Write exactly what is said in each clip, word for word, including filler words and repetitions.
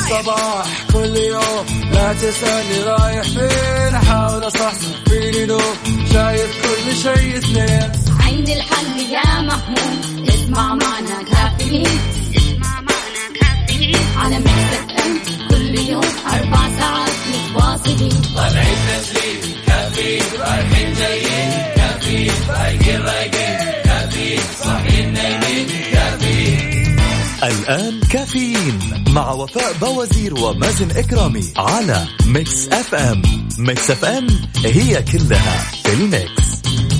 الصباح كل يوم لا تسألني رايح فين أحاول أصحصح فيني لو شايف كل شيء اثنين عندي الحل يا محمود اسمع معنا كافيين اسمع معنا كافيين على ميكس اف ام كل يوم أربع ساعات متواصلين طالعين تسليم كافيين رايحين جايين كافيين رايقين رايقين كافيين صاحيين نايمين كافيين. الآن كافيين مع وفاء بوازير ومازن إكرامي على ميكس اف ام. ميكس اف ام هي كلها في الميكس.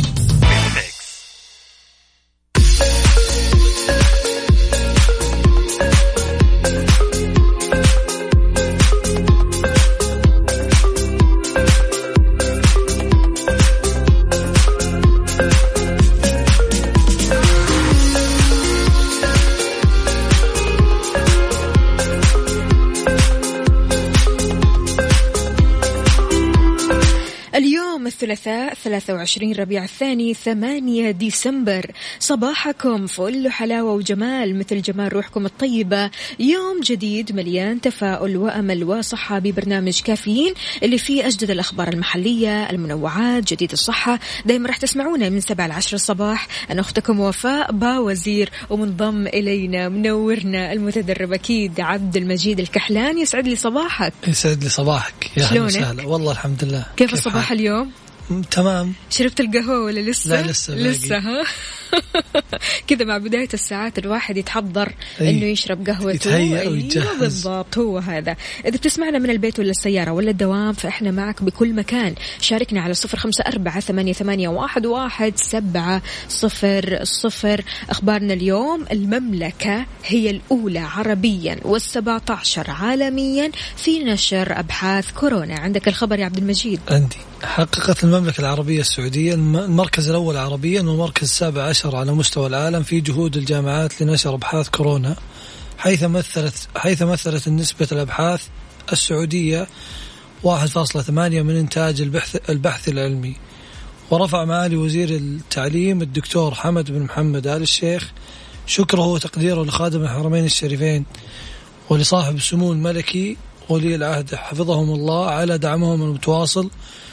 الثلاثاء ثلاثة وعشرين ربيع الثاني ثمانية ديسمبر. صباحكم فل حلاوة وجمال مثل جمال روحكم الطيبة. يوم جديد مليان تفاؤل وأمل وصحة ببرنامج كافيين اللي فيه أجدد الأخبار المحلية المنوعات جديد الصحة. دايما راح تسمعونا من سبعة لعشر الصباح. أنا أختكم وفاء باوزير ومنضم إلينا منورنا المتدرب أكيد عبد المجيد الكحلان. يسعد لي صباحك. يسعد لي صباحك يا أهلا وسهلا. والله الحمد لله. كيف, كيف الصباح حال؟ اليوم تمام. شربت القهوة ولا لسه؟ لا لسه لسه ها كذا مع بداية الساعات الواحد يتحضر أي. إنه يشرب قهوة يتهيأ ويتجهز. بالضبط هو هذا. إذا بتسمعنا من البيت ولا السيارة ولا الدوام فإحنا معك بكل مكان. شاركنا على صفر خمسة أربعة ثمانية ثمانية واحد واحد سبعة صفر صفر. أخبارنا اليوم: المملكة هي الأولى عربيا والسبعة عشر عالميا في نشر أبحاث كورونا. عندك الخبر يا عبد المجيد؟ عندي. حققت المملكة العربية السعودية المركز الأول عربيا والمركز السابع عشر على مستوى العالم في جهود الجامعات لنشر أبحاث كورونا، حيث مثلت حيث مثلت النسبة الأبحاث السعودية واحد فاصلة ثمانية من إنتاج البحث البحث العلمي. ورفع معالي وزير التعليم الدكتور حمد بن محمد آل الشيخ شكره وتقديره لخادم الحرمين الشريفين ولصاحب السمو الملكي ولي العهد حفظهم الله على دعمهم المتواصل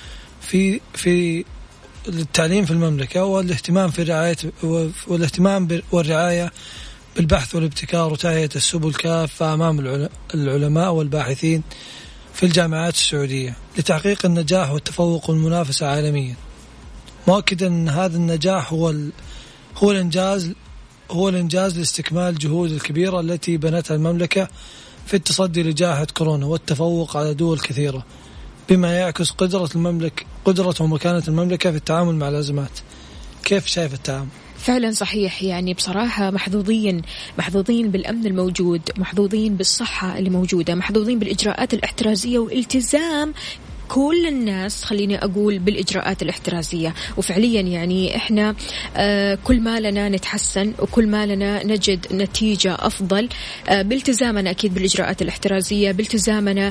في في التعليم في المملكة والاهتمام في رعاية والاهتمام والرعاية بالبحث والابتكار وتهيئة السبل كافة أمام العلماء والباحثين في الجامعات السعودية لتحقيق النجاح والتفوق والمنافسة عالميا، مؤكدا أن هذا النجاح هو هو الإنجاز هو الإنجاز لاستكمال الجهود الكبيرة التي بنتها المملكة في التصدي لجائحة كورونا والتفوق على دول كثيرة، بما يعكس قدرة المملكة قدرة ومكانة المملكة في التعامل مع الأزمات. كيف شايف التعامل؟ فعلا صحيح. يعني بصراحة محظوظين محظوظين بالأمن الموجود، محظوظين بالصحة اللي موجودة، محظوظين بالإجراءات الاحترازية والالتزام كل الناس خليني أقول بالإجراءات الاحترازية. وفعليا يعني إحنا آه كل ما لنا نتحسن وكل ما لنا نجد نتيجة أفضل آه بالتزامنا أكيد بالإجراءات الاحترازية، بالتزامنا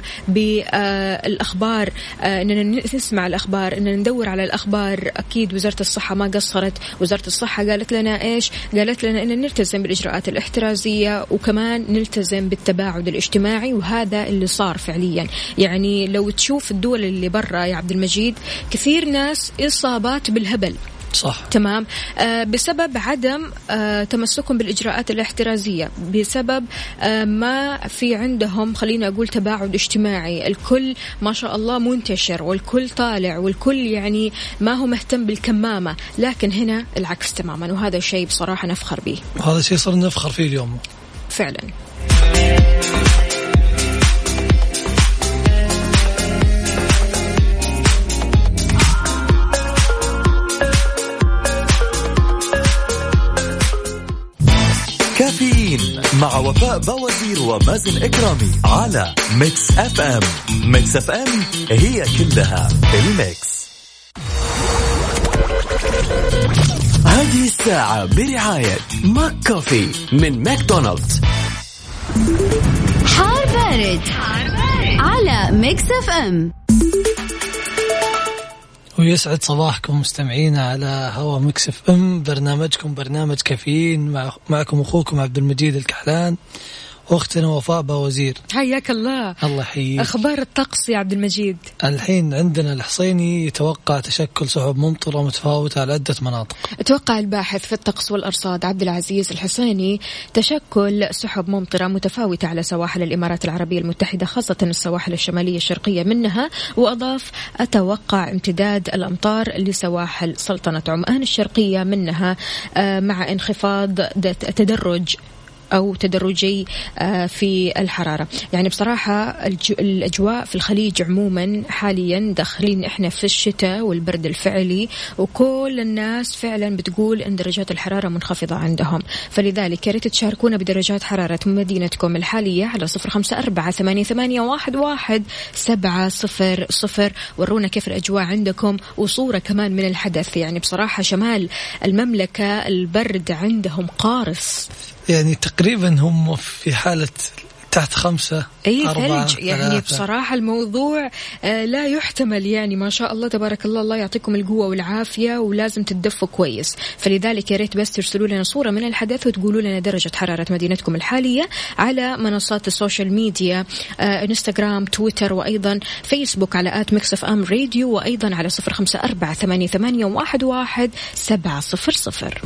بالأخبار آه إننا نسمع الأخبار، إننا ندور على الأخبار. أكيد وزارة الصحة ما قصرت. وزارة الصحة قالت لنا إيش؟ قالت لنا إن نلتزم بالإجراءات الاحترازية وكمان نلتزم بالتباعد الاجتماعي، وهذا اللي صار فعليا. يعني لو تشوف الدول اللي برا يا عبد المجيد كثير ناس إصابات بالهبل. صح. تمام. آه بسبب عدم آه تمسكهم بالإجراءات الاحترازية، بسبب آه ما في عندهم خلينا أقول تباعد اجتماعي. الكل ما شاء الله منتشر والكل طالع والكل يعني ما هو مهتم بالكمامة، لكن هنا العكس تماما، وهذا شيء بصراحة نفخر به. هذا شيء صرنا نفخر فيه اليوم فعلا. كافيين مع وفاء بوازير ومازن إكرامي على ميكس اف ام. ميكس اف ام هي كلها الميكس. هذه الساعة برعاية ماك كوفي من ماكدونالدز. حار بارد على ميكس اف ام. ويسعد صباحكم مستمعينا على هوا ميكس اف ام، برنامجكم برنامج كافيين، مع معكم اخوكم عبد المجيد الكحلان. واختنا وفاء باوزير. حياك الله. الله يحييك. أخبار الطقس يا عبد المجيد؟ الحين عندنا الحصيني يتوقع تشكل سحب ممطرة متفاوتة على عدة مناطق. توقع الباحث في الطقس والأرصاد عبد العزيز الحصيني تشكل سحب ممطرة متفاوتة على سواحل الإمارات العربية المتحدة، خاصة السواحل الشمالية الشرقية منها، وأضاف أتوقع امتداد الأمطار لسواحل سلطنة عمان الشرقية منها مع انخفاض تدرج أو تدرجي في الحرارة. يعني بصراحة الأجواء في الخليج عموما حاليا داخلين إحنا في الشتاء والبرد الفعلي، وكل الناس فعلا بتقول أن درجات الحرارة منخفضة عندهم، فلذلك يا ريت تشاركونا بدرجات حرارة مدينتكم الحالية على صفر خمسة أربعة ثمانية ثمانية واحد واحد سبعة صفر صفر. ورونا كيف الأجواء عندكم وصورة كمان من الحدث. يعني بصراحة شمال المملكة البرد عندهم قارس، يعني تقريبا هم في حالة تحت خمسة أي ثلج. يعني بصراحة الموضوع آه لا يحتمل. يعني ما شاء الله تبارك الله، الله يعطيكم القوة والعافية، ولازم تدفوا كويس. فلذلك يا ريت بس ترسلوا لنا صورة من الحدث وتقولوا لنا درجة حرارة مدينتكم الحالية على منصات السوشيال ميديا، آه انستغرام، تويتر، وأيضا فيسبوك على آت ميكس اف ام راديو، وأيضا على صفر خمسة أربعة ثمانية ثمانية واحد واحد سبعة صفر صفر.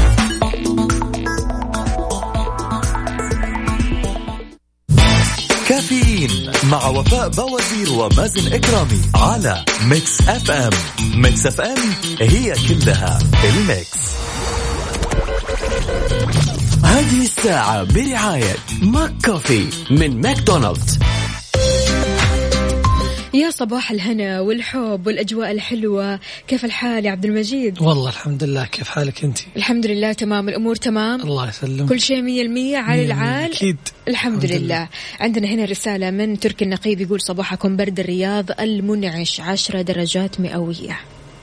كافيين مع وفاء باوزير ومازن إكرامي على ميكس اف ام. ميكس اف ام هي كلها الميكس. هذه الساعة برعاية ماك كوفي من ماكدونالدز. يا صباح الهنا والحب والأجواء الحلوة، كيف الحال يا عبد المجيد؟ والله الحمد لله، كيف حالك أنت؟ الحمد لله تمام، الأمور تمام، الله يسلم، كل شيء مية المية على العال. أكيد الحمد, الحمد لله. لله. عندنا هنا رسالة من تركي النقيب يقول صباحكم برد الرياض المنعش عشرة درجات مئوية.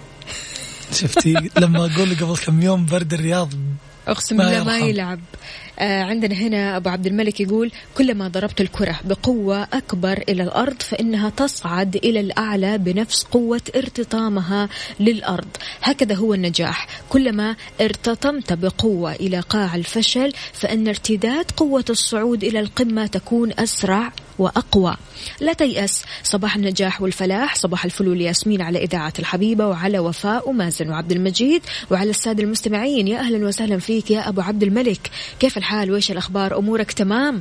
شفتي لما أقول قبل كم يوم برد الرياض أقسم بالله ما يلعب. آه عندنا هنا أبو عبد الملك يقول كلما ضربت الكرة بقوة أكبر إلى الأرض فإنها تصعد إلى الأعلى بنفس قوة ارتطامها للأرض. هكذا هو النجاح، كلما ارتطمت بقوة إلى قاع الفشل فإن ارتداد قوة الصعود إلى القمة تكون أسرع وأقوى. لا تيأس. صباح النجاح والفلاح، صباح الفل ياسمين على إذاعة الحبيبة وعلى وفاء ومازن وعبد المجيد وعلى السادة المستمعين. يا أهلا وسهلا فيك يا أبو عبد الملك، كيف الحال وإيش الأخبار؟ أمورك تمام؟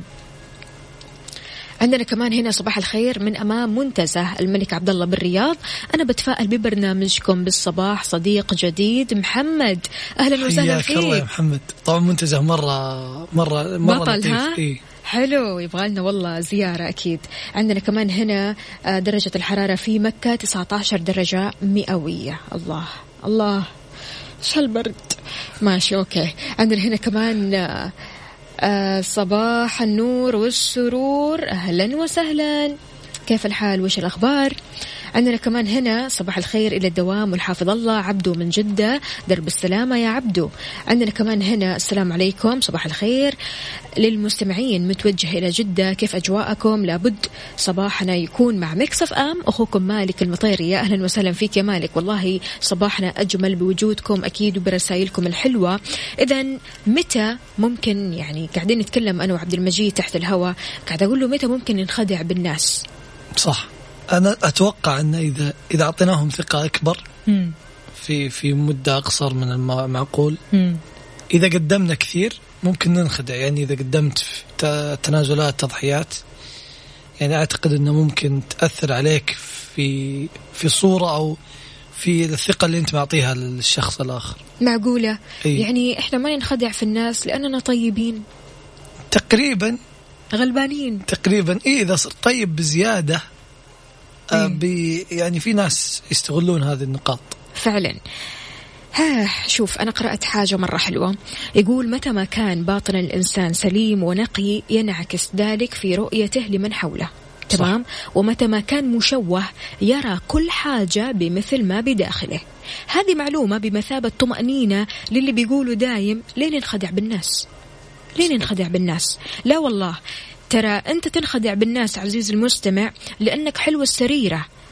عندنا كمان هنا صباح الخير من أمام منتزه الملك عبد الله بالرياض، أنا بتفائل ببرنامجكم بالصباح صديق جديد محمد. أهلا وسهلا فيك. الله يا محمد. طبعا منتزه مرة مرة مرة لطيف. إيه؟ حلو، يبغى لنا والله زيارة أكيد. عندنا كمان هنا درجة الحرارة في مكة تسعة عشر درجة مئوية. الله الله شو هالبرد. ماشي أوكي. عندنا هنا كمان آه صباح النور والسرور، أهلا وسهلا، كيف الحال وش الأخبار؟ عندنا كمان هنا صباح الخير إلى الدوام والحافظ الله، عبدو من جدة، درب السلامة يا عبدو. عندنا كمان هنا السلام عليكم، صباح الخير للمستمعين متوجه إلى جدة، كيف أجواءكم؟ لابد صباحنا يكون مع ميكس اف ام. أخوكم مالك المطيري، يا أهلا وسهلا فيك يا مالك، والله صباحنا أجمل بوجودكم أكيد وبرسائلكم الحلوة. إذن متى ممكن، يعني قاعدين نتكلم أنا وعبد المجيد تحت الهواء، قاعد أقول له متى ممكن ننخدع بالناس؟ صح، أنا أتوقع أن إذا إذا أعطيناهم ثقة أكبر م. في في مدة أقصر من المعقول، م. إذا قدمنا كثير ممكن ننخدع. يعني إذا قدمت في تنازلات تضحيات، يعني أعتقد أنه ممكن تأثر عليك في في صورة أو في الثقة اللي أنت معطيها للشخص الآخر. معقولة؟ أي. يعني إحنا ما ننخدع في الناس لأننا طيبين تقريبا، غلبانين تقريبا. إيه إذا صرت طيب بزيادة آه بي يعني في ناس يستغلون هذه النقاط فعلا. ها شوف، أنا قرأت حاجة مرة حلوة، يقول متى ما كان باطن الإنسان سليم ونقي ينعكس ذلك في رؤيته لمن حوله. تمام. ومتى ما كان مشوه يرى كل حاجة بمثل ما بداخله. هذه معلومة بمثابة طمأنينة للي بيقولوا دايم لين ننخدع بالناس، لين ننخدع بالناس. لا والله، ترى أنت تنخدع بالناس عزيز المستمع لأنك حلو السريرة،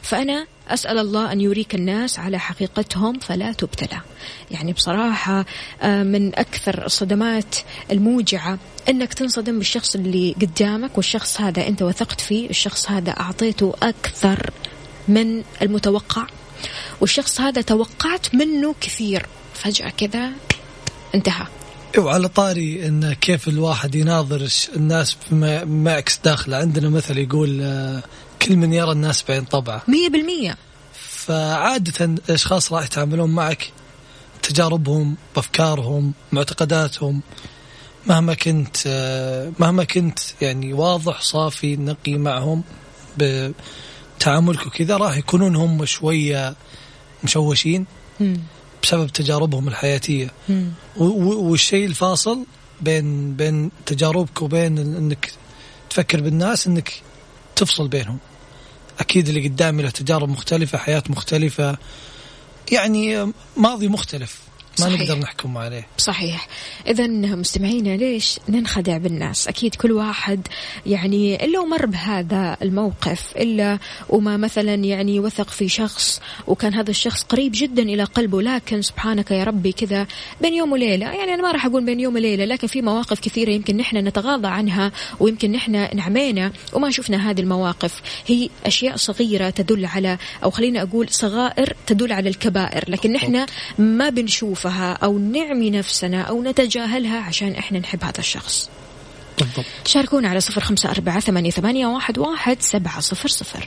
فأنا أسأل الله أن يريك الناس على حقيقتهم فلا تبتلى. يعني بصراحة من أكثر الصدمات الموجعة أنك تنصدم بالشخص اللي قدامك، والشخص هذا أنت وثقت فيه، الشخص هذا أعطيته أكثر من المتوقع، والشخص هذا توقعت منه كثير، فجأة كذا انتهى. وعلى طاري إن كيف الواحد يناظر الناس بما معكس داخله، عندنا مثل يقول كل من يرى الناس بعين طبعه. مية بالمية. فعادة الأشخاص راح يتعاملون معك تجاربهم، بأفكارهم، معتقداتهم، مهما كنت مهما كنت يعني واضح صافي نقي معهم بتعاملك وكذا، راح يكونون هم شوية مشوشين م. بسبب تجاربهم الحياتية. والشيء الفاصل بين بين تجاربك وبين انك تفكر بالناس انك تفصل بينهم. اكيد اللي قدامي له تجارب مختلفة، حياة مختلفة، يعني ماضي مختلف، ما صحيح. نقدر نحكم عليه. صحيح. إذا مستمعينا ليش ننخدع بالناس؟ أكيد كل واحد يعني إلا ومر بهذا الموقف، إلا وما مثلا يعني وثق في شخص وكان هذا الشخص قريب جدا إلى قلبه، لكن سبحانك يا ربي كذا بين يوم وليلة، يعني أنا ما راح أقول بين يوم وليلة، لكن في مواقف كثيرة يمكن نحن نتغاضى عنها، ويمكن نحن نعمينا وما شفنا هذه المواقف. هي أشياء صغيرة تدل على، أو خلينا أقول صغائر تدل على الكبائر، لكن نحن ما بنشوف أو نعمي نفسنا أو نتجاهلها عشان إحنا نحب هذا الشخص. بالضبط. شاركونا على صفر خمسة أربعة ثمانية ثمانية واحد واحد سبعة صفر صفر.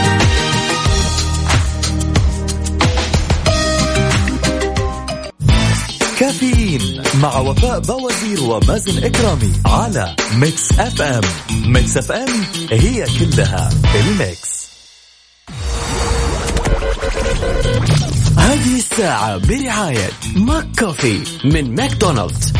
كافيين مع وفاء بوازير ومازن إكرامي على ميكس أف أم. ميكس أف أم هي كلها الميكس. هذه الساعة برعاية ماك كوفي من ماكدونالدز.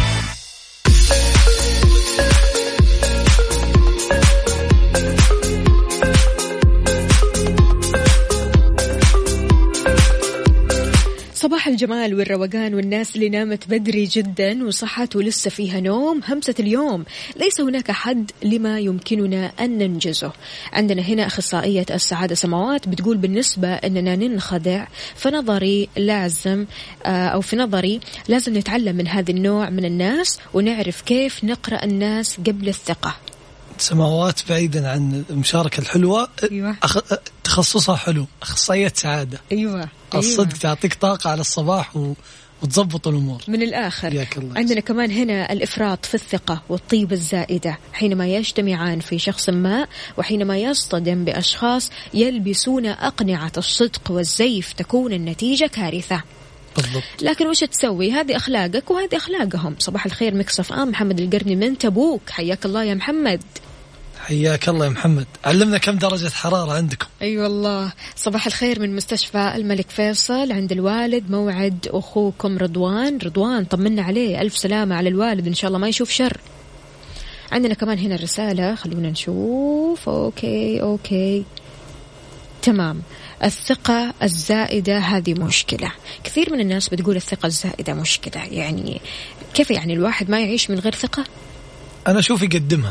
صباح الجمال والروقان والناس اللي نامت بدري جدا وصحت ولسه فيها نوم. همسة اليوم: ليس هناك حد لما يمكننا أن ننجزه. عندنا هنا أخصائية السعادة سماوات بتقول بالنسبة أننا ننخدع، فنظري لازم أو في نظري لازم نتعلم من هذا النوع من الناس ونعرف كيف نقرأ الناس قبل الثقة. سماوات بعيدا عن المشاركة الحلوة. أيوة. أخ... تخصصها حلو، أخصائية سعادة. أيوة. الصدق أيوة. تعطيك طاقة على الصباح و... وتضبط الأمور من الآخر. عندنا كمان هنا الإفراط في الثقة والطيبة الزائدة حينما يجتمعان في شخص ما، وحينما يصطدم بأشخاص يلبسون أقنعة الصدق والزيف تكون النتيجة كارثة. بالضبط. لكن وش تسوي؟ هذه أخلاقك وهذه أخلاقهم. صباح الخير ميكس أف أم. محمد القرني من تبوك، حياك الله يا محمد. حياك الله يا محمد. علمنا كم درجة حرارة عندكم؟ أي أيوة والله. صباح الخير من مستشفى الملك فيصل، عند الوالد موعد أخوكم رضوان. رضوان طمنا عليه، ألف سلامة على الوالد، إن شاء الله ما يشوف شر. عندنا كمان هنا الرسالة، خلونا نشوف. أوكي أوكي تمام. الثقة الزائدة هذه مشكلة. كثير من الناس بتقول الثقة الزائدة مشكلة. يعني كيف يعني الواحد ما يعيش من غير ثقة؟ أنا أشوف يقدمها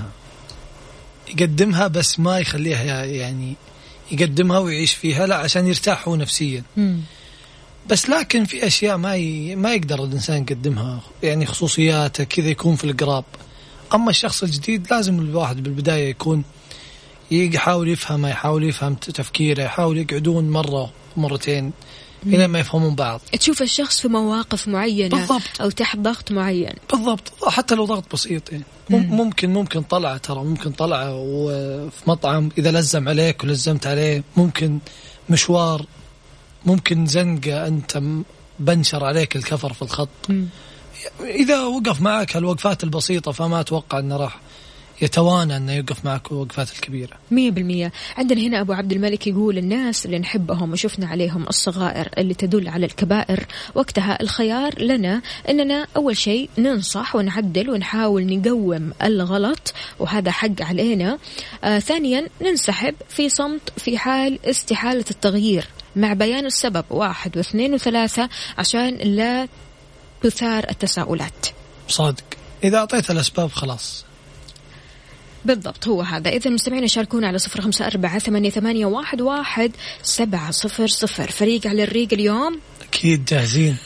يقدمها بس ما يخليها، يعني يقدمها ويعيش فيها، لا عشان يرتاح هو نفسيا. م. بس لكن في أشياء ما ي... ما يقدر الإنسان يقدمها، يعني خصوصياته كذا يكون في القراب. أما الشخص الجديد لازم الواحد بالبداية يكون يحاول يفهم يحاول يفهم تفكيره، يحاول يقعدون مرة مرتين إلى ما يفهمون بعض. تشوف الشخص في مواقف معينة. بالضبط. أو تحت ضغط معين. بالضبط. حتى لو ضغط بسيط يعني. ممكن ممكن طلعة ترى ممكن طلعة وفي مطعم إذا لزم عليك ولزمت عليه، ممكن مشوار، ممكن زنقة أنت بنشر عليك الكفر في الخط. م. إذا وقف معك هالوقفات البسيطة فما أتوقع أنه راح يتوانى أنه يوقف معك وقفات الكبيرة. مية بالمية. عندنا هنا أبو عبد الملك يقول الناس اللي نحبهم وشفنا عليهم الصغائر اللي تدل على الكبائر، وقتها الخيار لنا أننا أول شيء ننصح ونعدل ونحاول نقوم الغلط، وهذا حق علينا. آه ثانيا ننسحب في صمت في حال استحالة التغيير مع بيان السبب، واحد واثنين وثلاثة، عشان لا تثار التساؤلات. صادق. إذا أعطيت الأسباب خلاص. بالضبط هو هذا. إذا مستمعين شاركونا على صفر خمسة أربعة ثمانية ثمانية واحد واحد سبعة صفر صفر. فريق على الريق اليوم أكيد جاهزين.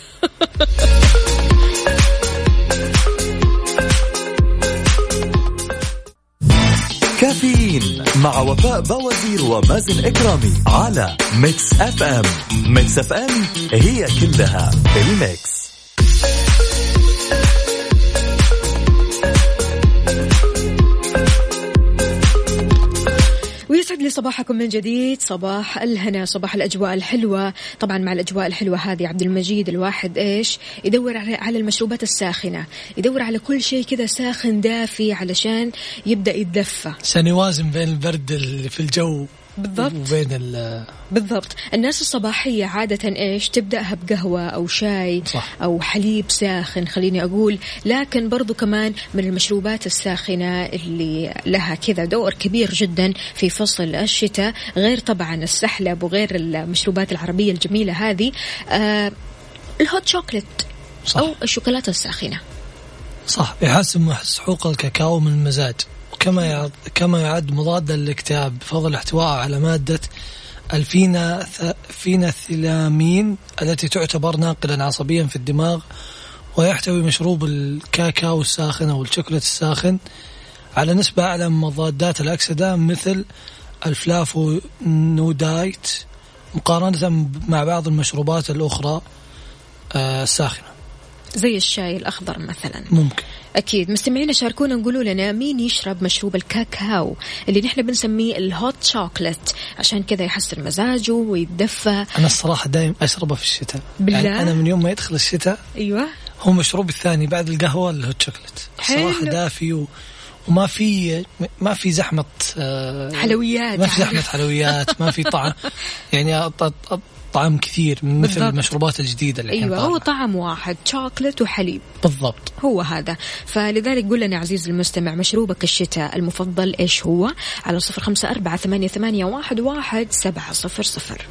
كافيين مع وفاء بوازير ومازن إكرامي على ميكس اف ام. ميكس اف ام هي كلها الميكس. ويسعد لي صباحكم من جديد، صباح الهنا، صباح الأجواء الحلوة. طبعا مع الأجواء الحلوة هذه عبد المجيد الواحد إيش يدور على المشروبات الساخنة، يدور على كل شيء كذا ساخن دافي علشان يبدأ يتدفى، عشان يوازن بين البرد اللي في الجو بالضبط وبين ال بالضبط. الناس الصباحية عادة إيش تبدأها بقهوة أو شاي صح. أو حليب ساخن خليني أقول، لكن برضو كمان من المشروبات الساخنة اللي لها كذا دور كبير جدا في فصل الشتاء، غير طبعا السحلب وغير المشروبات العربية الجميلة هذه، آه الهوت شوكليت صح. أو الشوكولاتة الساخنة صح، يحسن مسحوق الكاكاو من المزاج، كما يعد كما يعد مضادا للاكتئاب بفضل احتوائه على مادة الفيناثيلامين التي تعتبر ناقلا عصبيا في الدماغ. ويحتوي مشروب الكاكاو الساخن أو الشوكولات الساخن على نسبة أعلى من مضادات الأكسدة مثل الفلافونودايت مقارنة مع بعض المشروبات الأخرى الساخنة زي الشاي الأخضر مثلا. ممكن. أكيد مستمعين شاركونا نقولوا لنا مين يشرب مشروب الكاكاو اللي نحن بنسميه الهوت شوكليت عشان كذا يحسن مزاجه ويتدفى. أنا الصراحة دايم أشربه في الشتاء يعني أنا من يوم ما يدخل الشتاء أيوة هو مشروب الثاني بعد القهوة الهوت شوكليت صراحة دافي و... وما في ما في زحمة حلويات، ما في زحمة حلويات، ما في طعم يعني طعم كثير من مثل بالضبط. المشروبات الجديدة اللي أيوة هو طعم واحد شوكليت وحليب بالضبط هو هذا. فلذلك قل لنا عزيز المستمع مشروبك الشتاء المفضل إيش هو على صفر خمسة أربعة ثمانية ثمانية واحد واحد سبعة صفر صفر.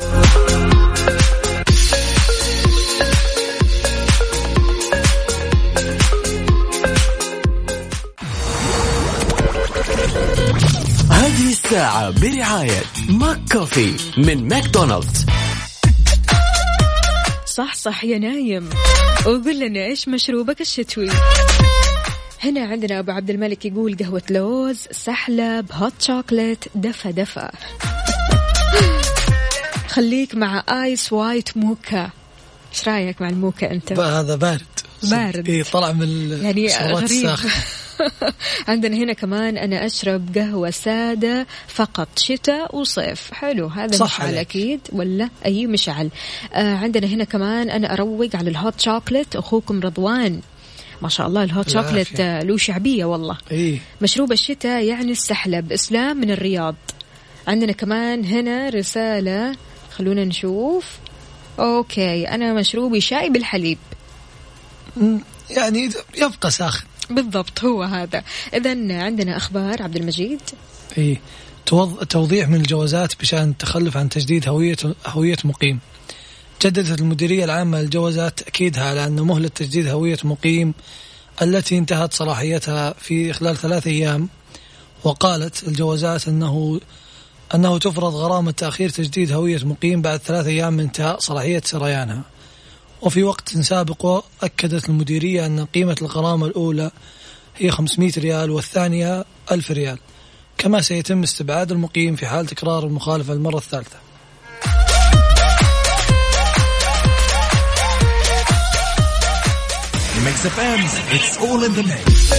هذه الساعة برعاية ماك كوفي من ماكدونالدز. صح صح يا نايم، وقل لنا إيش مشروبك الشتوي. هنا عندنا أبو عبد الملك يقول قهوة لوز، سحلب، هوت شوكليت، دفا دفا. خليك مع آيس وايت موكا. إيش رأيك مع الموكا أنت؟ هذا بارد بارد إيه طلع من يعني غريب. عندنا هنا كمان أنا أشرب قهوة سادة فقط شتاء وصيف. حلو هذا مشعل أكيد ولا أي مشعل. آه عندنا هنا كمان أنا أروق على الهوت شوكليت. أخوكم رضوان ما شاء الله الهوت شوكليت آه له شعبية والله. إيه؟ مشروب الشتاء يعني السحلب. إسلام من الرياض. عندنا كمان هنا رسالة خلونا نشوف. أوكي أنا مشروبي شاي بالحليب يعني يبقى ساخن بالضبط هو هذا. إذن عندنا أخبار عبد المجيد. إيه توضيح من الجوازات بشأن التخلف عن تجديد هوية هوية مقيم. جددت المديرية العامة للجوازات تأكيدها على أن مهلة تجديد هوية مقيم التي انتهت صلاحيتها في خلال ثلاث أيام. وقالت الجوازات أنه أنه تفرض غرامة تأخير تجديد هوية مقيم بعد ثلاث أيام من انتهاء صلاحية سريانها. وفي وقت سابق أكدت المديرية أن قيمة الغرامة الأولى هي خمسمائة ريال والثانية ألف ريال، كما سيتم استبعاد المقيم في حال تكرار المخالفة المرة الثالثة. Mix إف إم, it's all in the mix.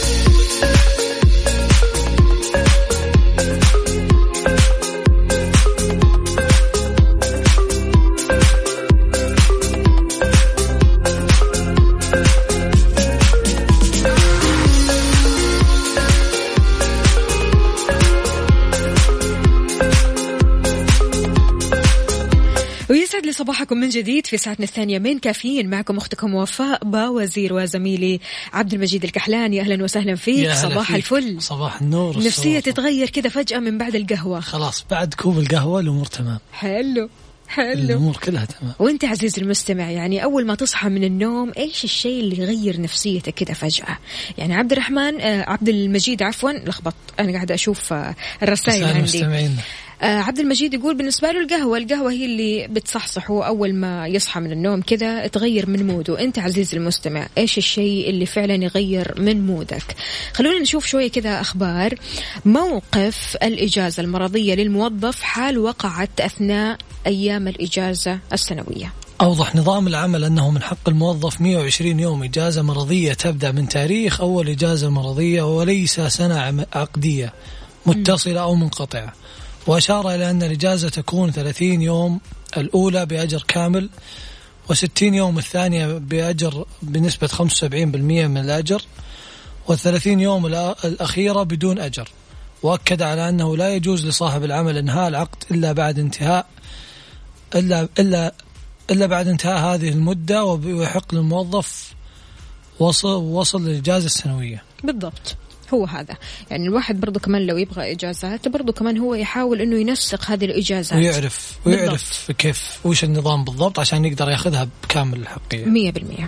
ويسعد لي صباحكم من جديد في ساعتنا الثانية من كافيين. معكم أختكم وفاء باوزير وزميلي عبد المجيد الكحلاني. أهلا وسهلا فيك. صباح فيك. الفل. صباح النور. نفسية تتغير كذا فجأة من بعد القهوة. خلاص بعد كوب القهوة الأمور تمام. حلو الأمور كلها تمام. وانت عزيز المستمع يعني أول ما تصحى من النوم إيش الشيء اللي يغير نفسيتك كده فجأة؟ يعني عبد الرحمن آه عبد المجيد عفوا لخبط أنا قاعدة أشوف آه الرسائل عندي. آه عبد المجيد يقول بالنسبة له القهوة القهوة هي اللي بتصحصحه أول ما يصحى من النوم كده تغير من موده. أنت عزيز المستمع إيش الشيء اللي فعلا يغير من مودك؟ خلونا نشوف شوية كده أخبار. موقف الإجازة المرضية للموظف حال وقعت أثناء أيام الإجازة السنوية. أوضح نظام العمل أنه من حق الموظف مئة وعشرين يوم إجازة مرضية تبدأ من تاريخ أول إجازة مرضية وليس سنة عقدية متصلة أو منقطعة. وأشار إلى أن الإجازة تكون ثلاثين يوم الأولى بأجر كامل وستين يوم الثانية بأجر بنسبة خمسة وسبعين بالمئة من الأجر والثلاثين يوم الأخيرة بدون أجر. وأكد على أنه لا يجوز لصاحب العمل إنهاء العقد إلا بعد انتهاء إلا إلا إلا بعد انتهاء هذه المدة ويحق للموظف وصل وصل للإجازة السنوية. بالضبط هو هذا يعني الواحد برضو كمان لو يبغى إجازات برضو كمان هو يحاول إنه ينسق هذه الإجازات ويعرف ويعرف بالضبط. كيف وش النظام بالضبط عشان يقدر ياخذها بكامل الحقية مية بالمية.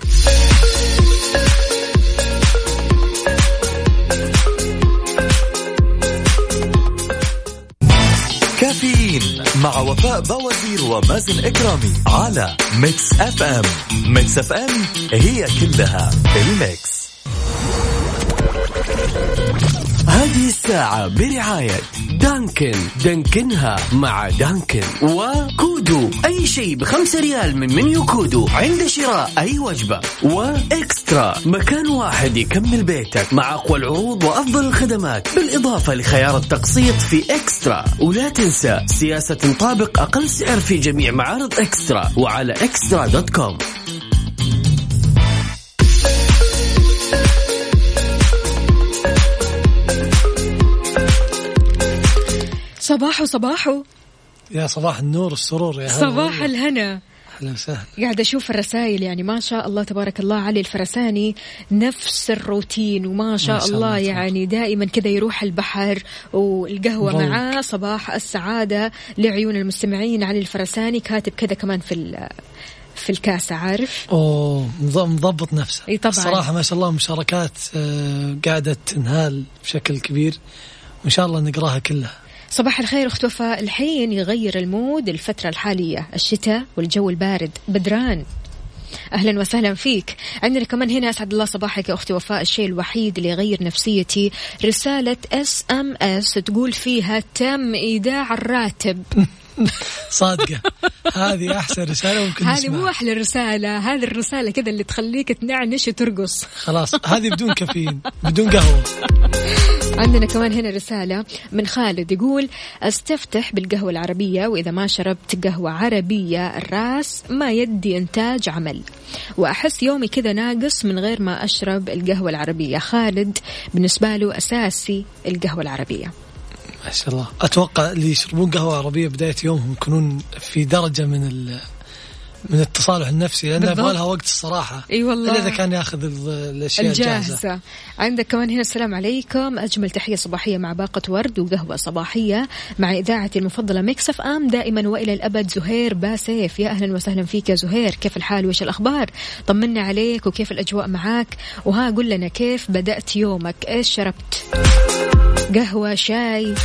كافيين مع وفاء بوازير ومازن إكرامي على ميكس اف ام. ميكس اف ام هي كلها الميكس. هذه الساعة برعاية دانكن. دانكنها مع دانكن. وكودو، أي شيء بخمسة ريال من منيو كودو عند شراء أي وجبة. وإكسترا، مكان واحد يكمل بيتك مع أقوى العروض وأفضل الخدمات بالإضافة لخيار التقسيط في إكسترا. ولا تنسى سياسة تنطبق أقل سعر في جميع معارض إكسترا وعلى إكسترا دوت كوم. صباحو صباحو يا صباح النور والسرور يا صباح الهنا. أهلا وسهلا. قاعدة أشوف الرسائل يعني ما شاء الله تبارك الله. علي الفرساني نفس الروتين وما شاء, شاء الله, الله يعني دائما كذا يروح البحر والقهوة روك. معاه صباح السعادة لعيون المستمعين. علي الفرساني كاتب كذا كمان في في الكاسة عارف. أوه مضبط نفسه. إيه طبعا. الصراحة ما شاء الله مشاركات قاعدة تنهال بشكل كبير وإن شاء الله نقراها كلها. صباح الخير أخت وفاء. الحين يغير المود الفترة الحالية الشتاء والجو البارد. بدران أهلا وسهلا فيك. عندنا كمان هنا أسعد الله صباحك يا أختي وفاء. الشيء الوحيد اللي يغير نفسيتي رسالة اس ام اس تقول فيها تم إيداع الراتب. صادقة هذه أحسن رسالة ممكن نسمعها. هذه مو أحلى رسالة. هذه الرسالة كذا اللي تخليك تنعنش وترقص. خلاص هذه بدون كافيين بدون قهوة. عندنا كمان هنا رسالة من خالد يقول استفتح بالقهوة العربية وإذا ما شربت قهوة عربية الراس ما يدي إنتاج عمل وأحس يومي كذا ناقص من غير ما أشرب القهوة العربية. خالد بالنسبة له أساسي القهوة العربية. ما شاء الله. أتوقع اللي يشربون قهوة عربية بداية يومهم يكونون في درجة من من التصالح النفسي لأنه يبغى لها وقت الصراحة. أي والله. إلا إذا كان يأخذ الأشياء الجاهزة. الجاهزة. عندك كمان هنا السلام عليكم. أجمل تحية صباحية مع باقة ورد وقهوة صباحية مع إذاعتي المفضلة ميكس اف ام دائما وإلى الأبد. زهير باسيف يا أهلا وسهلا فيك يا زهير. كيف الحال وإيش الأخبار؟ طمنا عليك وكيف الأجواء معاك وها قل لنا كيف بدأت يومك. إيش شربت؟ قهوة شاي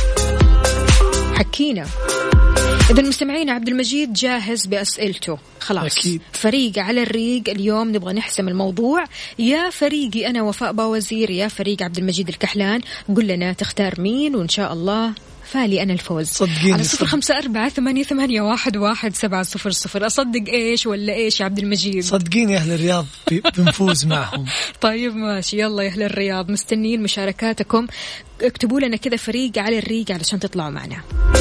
حكينا. إذا المستمعين عبد المجيد جاهز بأسئلته خلاص. أكيد. فريق على الريق اليوم نبغى نحسم الموضوع. يا فريقي أنا وفاء باوزير يا فريق عبد المجيد الكحلان قل لنا تختار مين وإن شاء الله فالي أنا الفوز. صدقيني على صفر خمسة أربعة ثمانية ثمانية واحد واحد سبعة صفر صفر. أصدق إيش ولا إيش يا عبد المجيد؟ صدقيني أهل الرياض بنفوز معهم. طيب ماشي يلا يا أهل الرياض مستنين مشاركاتكم. اكتبوا لنا كذا فريق على الريق علشان تطلعوا معنا.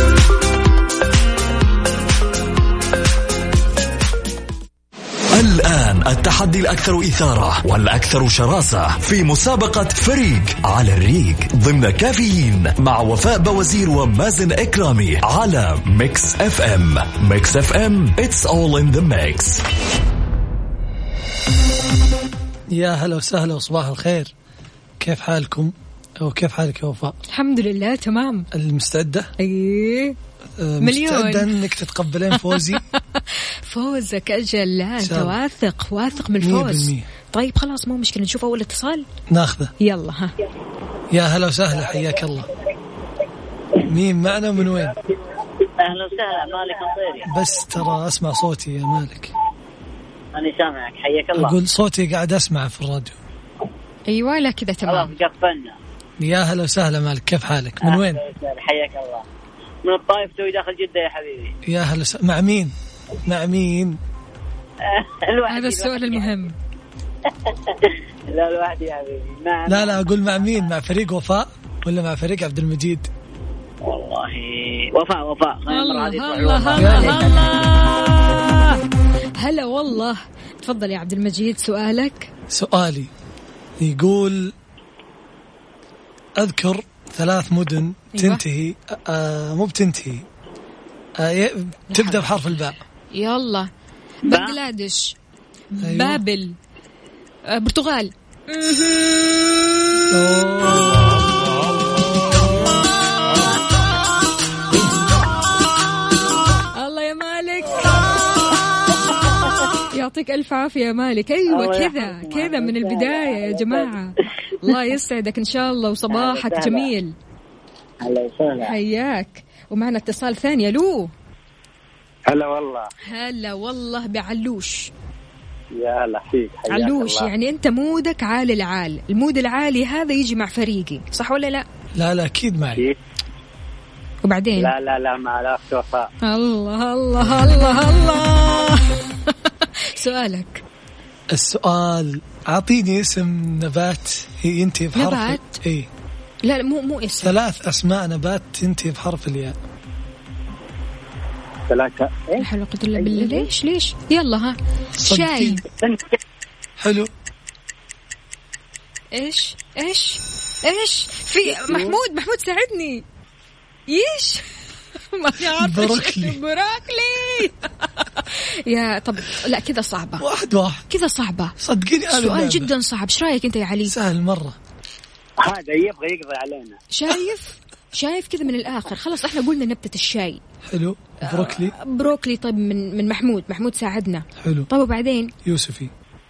الآن التحدي الأكثر إثارة والأكثر شراسة في مسابقة فريق على الريق ضمن كافيين مع وفاء بوازير ومازن إكرامي على ميكس اف ام. ميكس اف ام it's all in the mix. يا هلا وسهلا وصباح الخير. كيف حالكم أو كيف حالك يا وفاء؟ الحمد لله تمام. المستعدة؟ ايه مستعدة انك تتقبلين فوزي فوزك أجل. لا أنت واثق واثق من الفوز. طيب خلاص مو مشكلة، نشوف أول اتصال ناخذه. يلا ها. يا هلا وسهلا، حياك الله. مين معنا من وين؟ أهلا وسهلا، مالك نصيري. بس ترى أسمع صوتي يا مالك. أنا سامعك، حياك الله. أقول صوتي قاعد أسمعه في الراديو. أيوة لا كذا تمام. خلاص قفلنا. يا هلا وسهلا مالك، كيف حالك؟ من وين؟ حياك الله. من الطائف، توي داخل جدة يا حبيبي. يا هلا وسهلا. مع مين؟ مع مين؟ هذا السؤال المهم. لا الواحد يا حبيبي. مع لا لا أقول مع مين؟ مع فريق وفاء ولا مع فريق عبد المجيد؟ والله وفاء وفاء. الله الله الله الله. هلا والله. تفضل يا عبد المجيد سؤالك. سؤالي يقول أذكر ثلاث مدن تنتهي آه مو بتنتهي آه تبدأ بحرف الباء. يلا. بنغلاديش. أيوة. بابل. آه برتغال. الله يا مالك. يعطيك ألف عافية يا مالك. أيوة كذا كذا من البداية يا جماعة. الله يسعدك إن شاء الله وصباحك جميل. حياك. ومعنا اتصال ثاني. لو هلا والله. هلا والله بعلوش. يا هلا فيك. علوش الله. يعني أنت مودك عالي العال. المود العالي هذا يجي مع فريقي صح ولا لا؟ لا لا أكيد معي. وبعدين لا لا لا مع الأخت وفاء. الله الله الله الله. سؤالك. السؤال أعطيني اسم نبات ينتهي بحرف. نبات؟ إيه. لا لا مو مو اسم. ثلاث أسماء نبات تنتهي بحرف الياء. ثلاثة. لا حول ولا قوة إلا بالله. ليش ليش؟ يلا ها. شاي. حلو. إيش إيش إيش في محمود محمود ساعدني. إيش؟ ما يعرف. بروكلي. بروكلي. يا طب لا كذا صعبة. واحد واحد. كذا صعبة. صدقيني هذا سؤال جدا صعب. إيش رأيك أنت يا علي؟ سهل مرة. هذا يبغى يقضي علينا. شايف شايف كذا من الآخر. خلاص إحنا قلنا نبتة الشاي. حلو. بروكلي. آه بروكلي. طيب من من محمود محمود ساعدنا. حلو. طيب وبعدين يوسفي.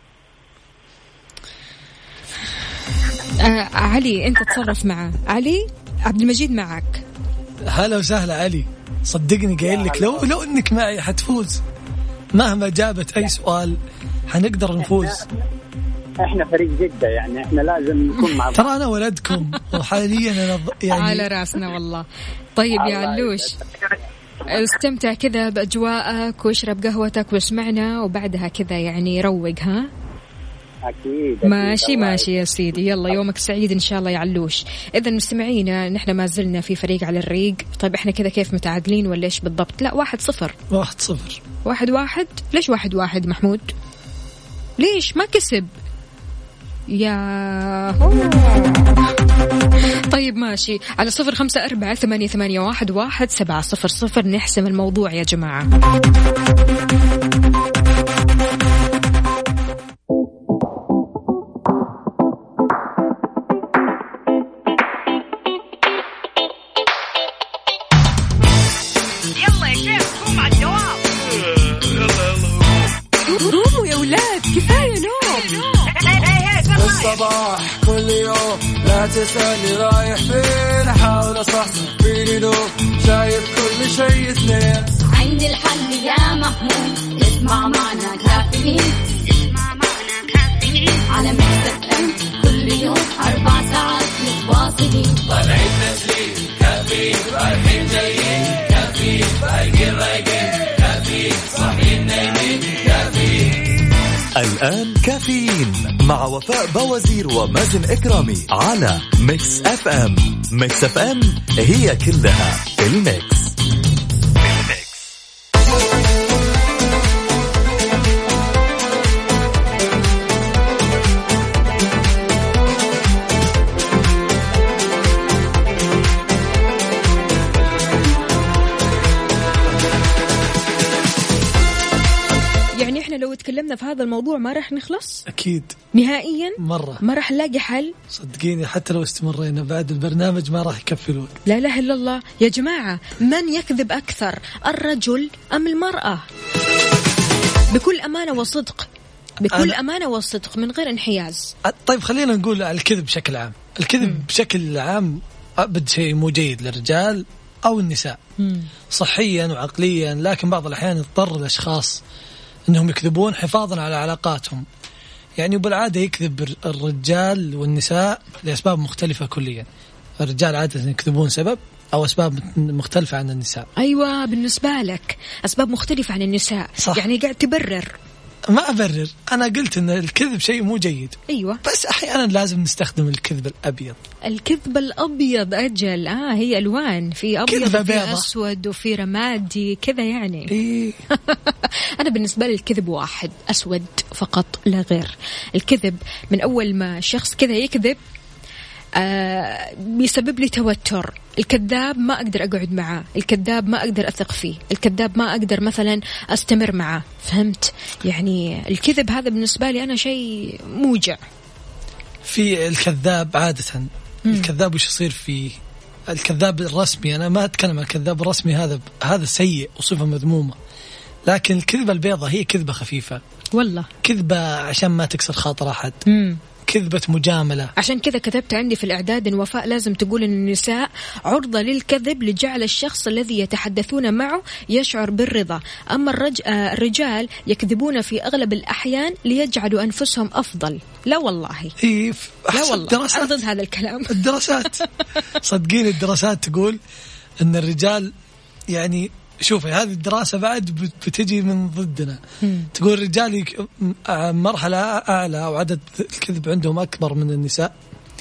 آه علي أنت تصرف معه. علي عبد المجيد معك. هلا وسهلا علي. صدقني قايل لك لو لو انك معي حتفوز. مهما جابت اي سؤال حنقدر نفوز. احنا فريق جدة يعني احنا لازم نكون مع بعض. ترى انا ولدكم وحاليا انا يعني على راسنا والله. طيب يا علوش استمتع كذا باجواءك واشرب قهوتك واسمعنا وبعدها كذا يعني روق. ها أكيد. ماشي ماشي يا سيدي. يلا يومك سعيد إن شاء الله يا علوش. إذا مستمعينا نحن ما زلنا في فريق على الريق. طيب إحنا كذا كيف متعادلين ولا إيش بالضبط؟ لا واحد صفر. واحد صفر. واحد واحد. ليش واحد واحد محمود؟ ليش ما كسب؟ يا هو. طيب ماشي. على صفر خمسة أربعة ثمانية ثمانية واحد واحد سبعة صفر صفر نحسم الموضوع يا جماعة. قوموا يا ولاد كفاية نوم. الصباح كل يوم لا تسألني رايح فين. أحاول أصحصح فيني نوم شايف كل شيء اثنين. عندي الحل يا محمود. اسمع معنا كافيين. اسمع معنا كافيين على مكتب أم كل يوم أربع ساعات متواصلين. طالعين تسليم كافيين رايحين جايين كافيين رايقين رايقين كافيين صاحيين نايمين كافيين. الآن كافيين مع وفاء بوازير ومازن إكرامي على ميكس أف أم. ميكس أف أم هي كلها الميكس. لو تكلمنا في هذا الموضوع ما راح نخلص أكيد نهائيا. مرة ما راح نلاقي حل. صدقيني حتى لو استمرينا بعد البرنامج ما راح يكفي الوقت. لا إله إلا الله. يا جماعة من يكذب أكثر الرجل أم المرأة؟ بكل أمانة وصدق، بكل أنا... أمانة وصدق من غير انحياز. طيب خلينا نقول على الكذب بشكل عام. الكذب م. بشكل عام أبد شيء مو جيد للرجال أو النساء م. صحيا وعقليا، لكن بعض الأحيان يضطر الأشخاص أنهم يكذبون حفاظا على علاقاتهم. يعني بالعادة يكذب الرجال والنساء لأسباب مختلفة كليا. الرجال عادة يكذبون سبب أو أسباب مختلفة عن النساء. أيوة بالنسبة لك أسباب مختلفة عن النساء. صح. يعني قاعد تبرر. ما أبرر، أنا قلت أن الكذب شيء مو جيد. أيوة. بس أحيانا لازم نستخدم الكذب الأبيض. الكذب الأبيض أجل آه هي ألوان، في أبيض وفي أسود وفي رمادي كذا يعني. إيه. أنا بالنسبة لي الكذب واحد أسود فقط لا غير. الكذب من أول ما الشخص كذا يكذب آه بيسبب لي توتر. الكذاب ما أقدر أقعد معه، الكذاب ما أقدر أثق فيه، الكذاب ما أقدر مثلا أستمر معه. فهمت؟ يعني الكذب هذا بالنسبة لي أنا شيء موجع. في الكذاب عادة م. الكذاب وش يصير فيه؟ الكذاب الرسمي، أنا ما أتكلم عن الكذاب الرسمي، هذا هذا سيء وصفة مذمومة. لكن الكذبة البيضة هي كذبة خفيفة والله، كذبة عشان ما تكسر خاطر أحد، م. كذبة مجاملة. عشان كذا كتبت عندي في الإعداد إن وفاء لازم تقول إن النساء عرضة للكذب لجعل الشخص الذي يتحدثون معه يشعر بالرضا، أما الرج... الرجال يكذبون في أغلب الأحيان ليجعلوا أنفسهم أفضل. لا والله إيه لا والله أنا ضد هذا الكلام. الدراسات صدقين الدراسات تقول إن الرجال يعني شوفي هذه الدراسة بعد بتجي من ضدنا. مم. تقول الرجال مرحلة أعلى وعدد الكذب عندهم أكبر من النساء،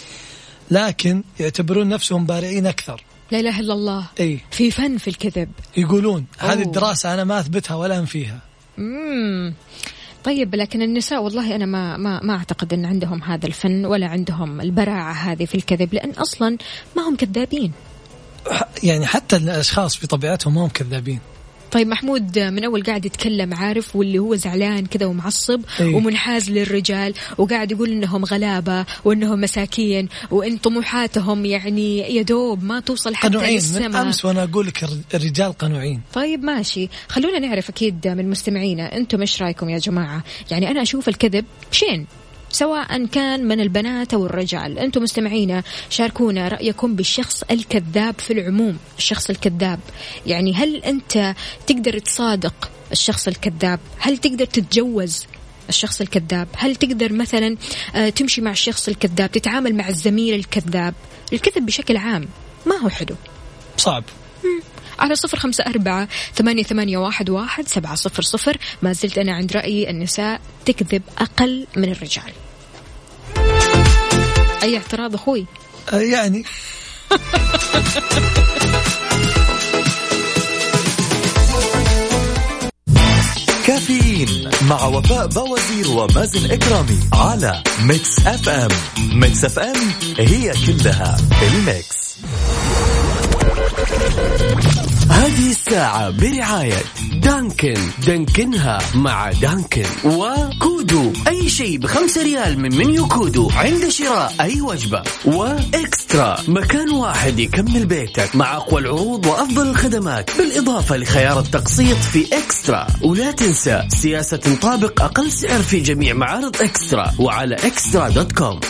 لكن يعتبرون نفسهم بارعين أكثر. لا إله إلا الله. أي. في فن في الكذب يقولون. أوه. هذه الدراسة أنا ما أثبتها ولا أنفيها. مم. طيب لكن النساء والله أنا ما ما ما أعتقد أن عندهم هذا الفن ولا عندهم البراعة هذه في الكذب، لأن أصلا ما هم كذابين. يعني حتى الأشخاص بطبيعتهم ما هم كذابين. طيب محمود من أول قاعد يتكلم عارف، واللي هو زعلان كذا ومعصب أيه. ومنحاز للرجال وقاعد يقول إنهم غلابة وإنهم مساكين وإن طموحاتهم يعني يدوب ما توصل حتى للسماء. من أمس وأنا أقول لك الرجال قنوعين. طيب ماشي، خلونا نعرف أكيد من مستمعينا أنتم إيش رأيكم يا جماعة. يعني أنا أشوف الكذب شين سواء كان من البنات أو الرجال. أنتم مستمعينا شاركونا رأيكم بالشخص الكذاب في العموم. الشخص الكذاب يعني هل أنت تقدر تصادق الشخص الكذاب؟ هل تقدر تتجوز الشخص الكذاب؟ هل تقدر مثلا تمشي مع الشخص الكذاب، تتعامل مع الزميل الكذاب؟ الكذب بشكل عام ما هو حلو، صعب. على صفر خمسة أربعة ثمانية ثمانية واحد واحد سبعة صفر صفر. ما زلت أنا عند رأيي النساء تكذب أقل من الرجال. أي اعتراض أخوي؟ يعني كافيين مع وفاء بوازير ومازن إكرامي على ميكس أف أم. ميكس أف أم هي كلها الميكس. هذه الساعة برعاية دانكن، دانكنها مع دانكن، وكودو أي شيء بخمسة ريال من منيو كودو عند شراء أي وجبة، وإكسترا مكان واحد يكمل بيتك مع أقوى العروض وأفضل الخدمات بالإضافة لخيار التقسيط في إكسترا. ولا تنسى سياسة تنطبق أقل سعر في جميع معارض إكسترا وعلى إكسترا دوت كوم.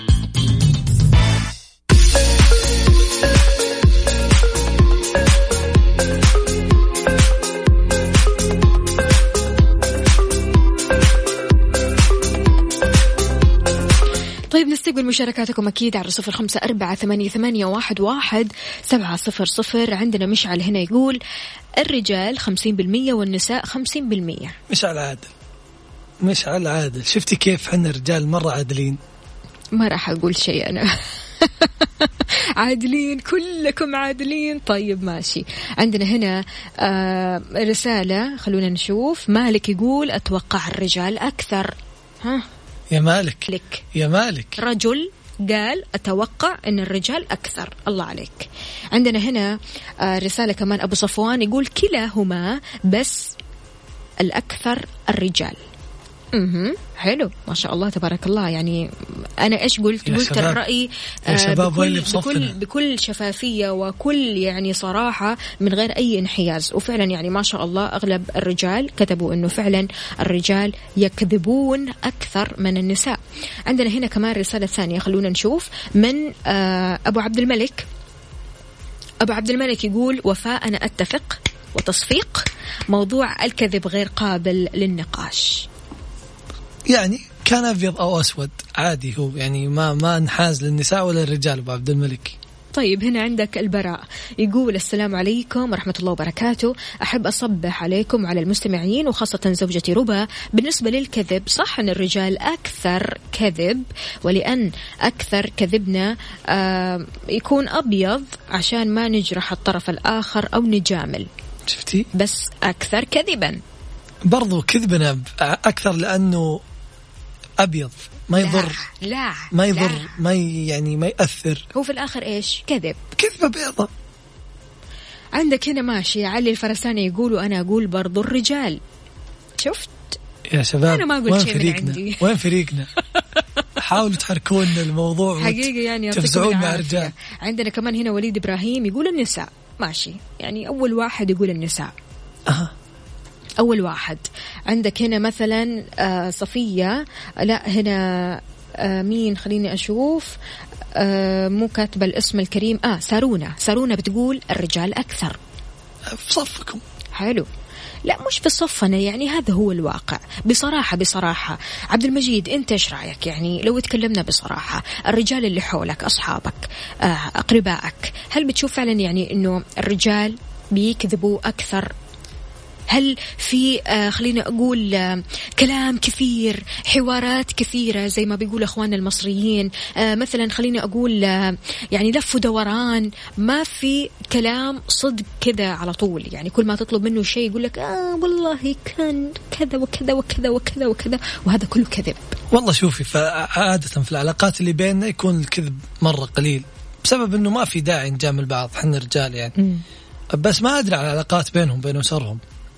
طيب نستقبل مشاركاتكم أكيد على صفر خمسة أربعة ثمانية ثمانية واحد واحد سبعة صفر صفر. عندنا مشعل هنا يقول الرجال خمسين بالمية والنساء خمسين بالمية. مشعل عادل، مشعل عادل. شفتي كيف حنا الرجال مرة عادلين؟ ما راح أقول شيء أنا. عادلين كلكم عادلين. طيب ماشي. عندنا هنا آه رسالة خلونا نشوف. مالك يقول أتوقع الرجال أكثر. ها يا مالك لك. يا مالك رجل قال أتوقع أن الرجال أكثر. الله عليك. عندنا هنا آه رسالة كمان أبو صفوان يقول كلاهما بس الأكثر الرجال. اها حلو ما شاء الله تبارك الله. يعني أنا إيش قلت؟ قلت الرأي آه بكل, بكل, بكل شفافية وكل يعني صراحة من غير أي انحياز. وفعلا يعني ما شاء الله أغلب الرجال كتبوا أنه فعلا الرجال يكذبون أكثر من النساء. عندنا هنا كمان رسالة ثانية، خلونا نشوف من آه أبو عبد الملك. أبو عبد الملك يقول: وفاء أنا أتفق وتصفيق، موضوع الكذب غير قابل للنقاش. يعني كان أبيض أو أسود عادي، هو يعني ما ما انحاز للنساء ولا الرجال. أبو عبد الملك. طيب هنا عندك البراء يقول: السلام عليكم ورحمة الله وبركاته، أحب أصبح عليكم وعلى المستمعين وخاصة زوجتي ربا. بالنسبة للكذب صح أن الرجال أكثر كذب، ولأن أكثر كذبنا آه يكون أبيض عشان ما نجرح الطرف الآخر أو نجامل. شفتي؟ بس أكثر كذبا برضو كذبنا أكثر لأنه أبيض ما يضر. لا, لا ما يضر لا. ما يعني ما يأثر، هو في الآخر إيش؟ كذب، كذبة بيضة. عندك هنا ماشي علي الفرساني يقول: وأنا أقول برضو الرجال. شفت يا شباب؟ أنا ما أقول شيء من عندي. وين فريقنا؟ حاولوا تحركون الموضوع حقيقة يعني تفزعون مع الرجال. عندنا كمان هنا وليد إبراهيم يقول النساء. ماشي، يعني أول واحد يقول النساء. أه. أول واحد. عندك هنا مثلا آه صفية، لا هنا آه مين، خليني أشوف، آه مو كاتبة الاسم الكريم، آه سارونا. سارونا بتقول الرجال أكثر. في صفكم. حلو. لا مش في صفنا، يعني هذا هو الواقع. بصراحة بصراحة عبد المجيد أنت إيش رأيك؟ يعني لو تكلمنا بصراحة، الرجال اللي حولك أصحابك آه أقربائك، هل بتشوف فعلا يعني إنه الرجال بيكذبوا أكثر؟ هل في آه خلينا أقول آه كلام كثير، حوارات كثيرة زي ما بيقول أخواننا المصريين، آه مثلا خلينا أقول آه يعني لف ودوران، ما في كلام صدق كذا على طول؟ يعني كل ما تطلب منه شيء يقول لك آه والله كان كذا وكذا وكذا وكذا وكذا، وهذا كله كذب. والله شوفي، فعادة في العلاقات اللي بيننا يكون الكذب مرة قليل، بسبب إنه ما في داعي نجامل بعض، حنا رجال يعني. م. بس ما أدري على العلاقات بينهم بين أسرهم.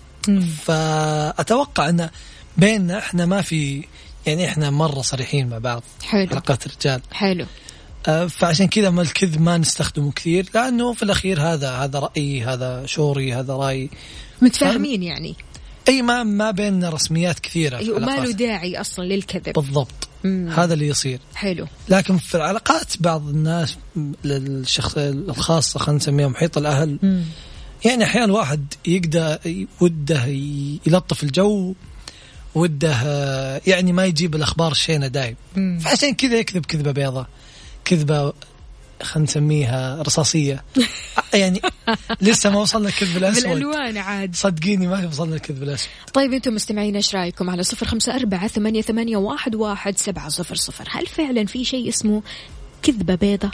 فأتوقع أن بيننا إحنا ما في، يعني إحنا مرة صريحين مع بعض. حلو. علاقات الرجال. حلو. فعشان كذا ما الكذب ما نستخدمه كثير، لأنه في الأخير هذا هذا رأيي، هذا شوري، هذا رأي، متفاهمين يعني. أي ما ما بيننا رسميات كثيرة. أيوة، ما له داعي أصلا للكذب. بالضبط. مم. هذا اللي يصير. حلو. لكن في العلاقات بعض الناس للشخص الخاصة، خلينا نسميها محيط الأهل، مم. يعني أحيانا واحد يقدر وده يلطف الجو، وده يعني ما يجيب الأخبار الشينة دايم، فعشان كذا يكذب كذبة بيضة، كذبة خلينا نسميها رصاصية. يعني لسه ما وصلنا الكذب الأسود بالألوان عاد، صدقيني ما وصلنا الكذب الأسود. طيب أنتم مستمعين إيش رأيكم على صفر خمسة أربعة ثمانية ثمانية واحد واحد سبعة صفر صفر؟ هل فعلا في شيء اسمه كذبة بيضة؟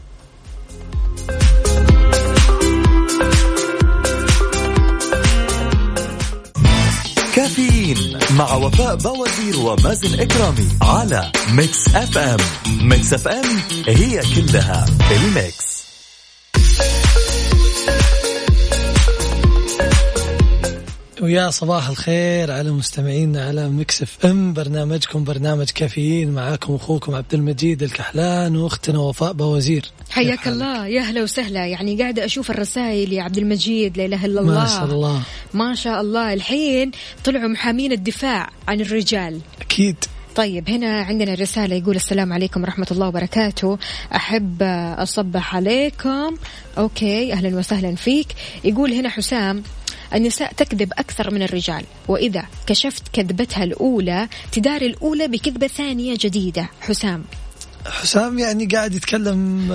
كافيين مع وفاء بوازير ومازن إكرامي على ميكس اف ام. ميكس اف ام هي كلها الميكس. ويا صباح الخير على مستمعينا على ميكس اف ام، برنامجكم برنامج كافيين، معاكم اخوكم عبد المجيد الكحلان واختنا وفاء بوازير. حياك الله، يا هلا وسهلا. يعني قاعدة أشوف الرسائل يا عبد المجيد، لا إله إلا الله، ما شاء الله ما شاء الله. الحين طلعوا محامين الدفاع عن الرجال. أكيد. طيب هنا عندنا رسالة يقول: السلام عليكم ورحمة الله وبركاته، أحب أصبح عليكم. أوكي أهلا وسهلا فيك. يقول هنا حسام: النساء تكذب أكثر من الرجال، وإذا كشفت كذبتها الأولى تدار الأولى بكذبة ثانية جديدة. حسام حسام يعني قاعد يتكلم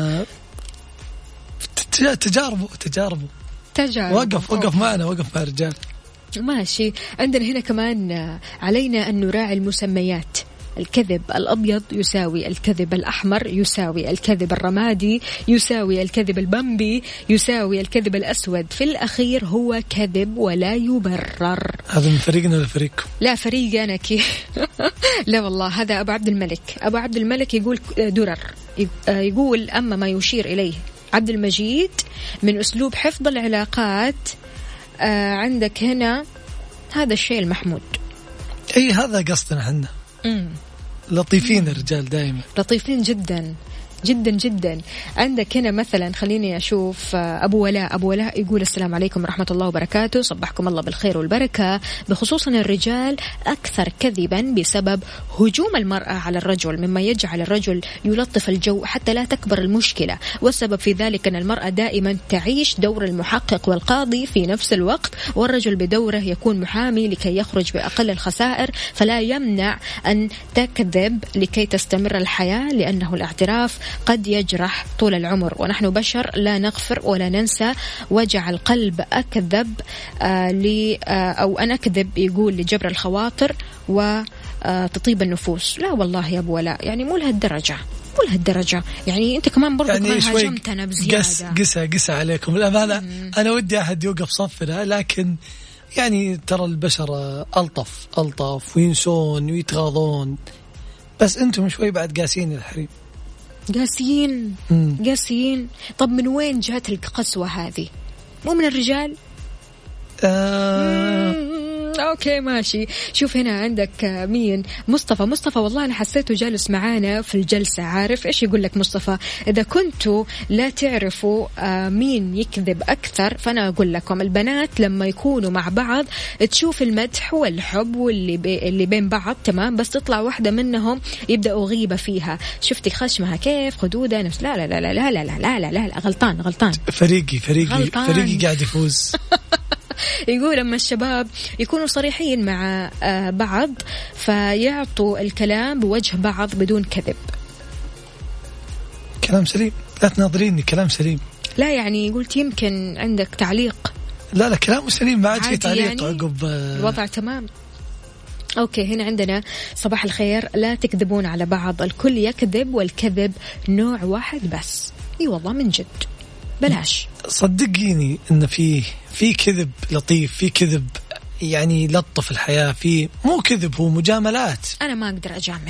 تجاربه تجاربه تجارب. وقف وقف معنا وقف مع الرجال. ماشي. عندنا هنا كمان: علينا أن نراعي المسميات. الكذب الأبيض يساوي الكذب الأحمر، يساوي الكذب الرمادي، يساوي الكذب البمبي، يساوي الكذب الأسود. في الأخير هو كذب ولا يبرر. هذا من فريقنا ولا فريقكم؟ لا فريق أنا كي لا والله هذا أبو عبد الملك. أبو عبد الملك يقول درر، يقول: أما ما يشير إليه عبد المجيد من أسلوب حفظ العلاقات، آه عندك هنا هذا الشيء المحمود. أي هذا قصدنا حنا. امم لطيفين الرجال دائما، لطيفين جدا جدا جدا. عندك هنا مثلا خليني أشوف أبو ولاء. أبو ولاء يقول السلام عليكم ورحمة الله وبركاته، صبحكم الله بالخير والبركة. بخصوصا الرجال أكثر كذبا بسبب هجوم المرأة على الرجل، مما يجعل الرجل يلطف الجو حتى لا تكبر المشكلة، والسبب في ذلك أن المرأة دائما تعيش دور المحقق والقاضي في نفس الوقت، والرجل بدوره يكون محامي لكي يخرج بأقل الخسائر، فلا يمنع أن تكذب لكي تستمر الحياة، لأنه الاعتراف قد يجرح طول العمر، ونحن بشر لا نغفر ولا ننسى وجع القلب. أكذب آه ل آه أو أنا أكذب يقول لجبر الخواطر وتطيب النفوس. لا والله يا أبو ولاء، يعني مو لهالدرجة، مو لهالدرجة، يعني أنت كمان برضو يعني ما هاجمتنا بزيادة. قس قسى قسى عليكم الأمانة. أنا ودي أحد يوقف صفنا، لكن يعني ترى البشر ألطف ألطف وينسون ويتغاضون، بس أنتم شوي بعد قاسين الحريم، قاسيين قاسيين. طب من وين جات القسوة هذه؟ مو من الرجال؟ آه أوكي ماشي. شوف هنا عندك مين؟ مصطفى. مصطفى والله أنا حسيته جالس معانا في الجلسة. عارف إيش يقول لك مصطفى؟ إذا كنتوا لا تعرفوا مين يكذب أكثر، فأنا أقول لكم البنات لما يكونوا مع بعض تشوف المدح والحب واللي بي اللي بين بعض تمام، بس تطلع واحدة منهم يبدأوا غيبة فيها. شفتي خشمها كيف خدودة نفس لا لا لا لا لا لا لا لا لا لا غلطان غلطان. فريقي فريقي غلطان. فريقي قاعد يفوز. يقول لما الشباب يكونوا صريحين مع بعض فيعطوا الكلام بوجه بعض بدون كذب. كلام سليم، لا تناظريني، كلام سليم. لا يعني قلت يمكن عندك تعليق. لا لا كلام سليم، ما عاد في تعليق يعني عقب الوضع تمام. أوكي هنا عندنا صباح الخير، لا تكذبون على بعض، الكل يكذب والكذب نوع واحد بس. إي والله من جد بلاش. صدقيني إن في في كذب لطيف، في كذب يعني لطف الحياة، في مو كذب هو مجاملات. أنا ما أقدر أجامل،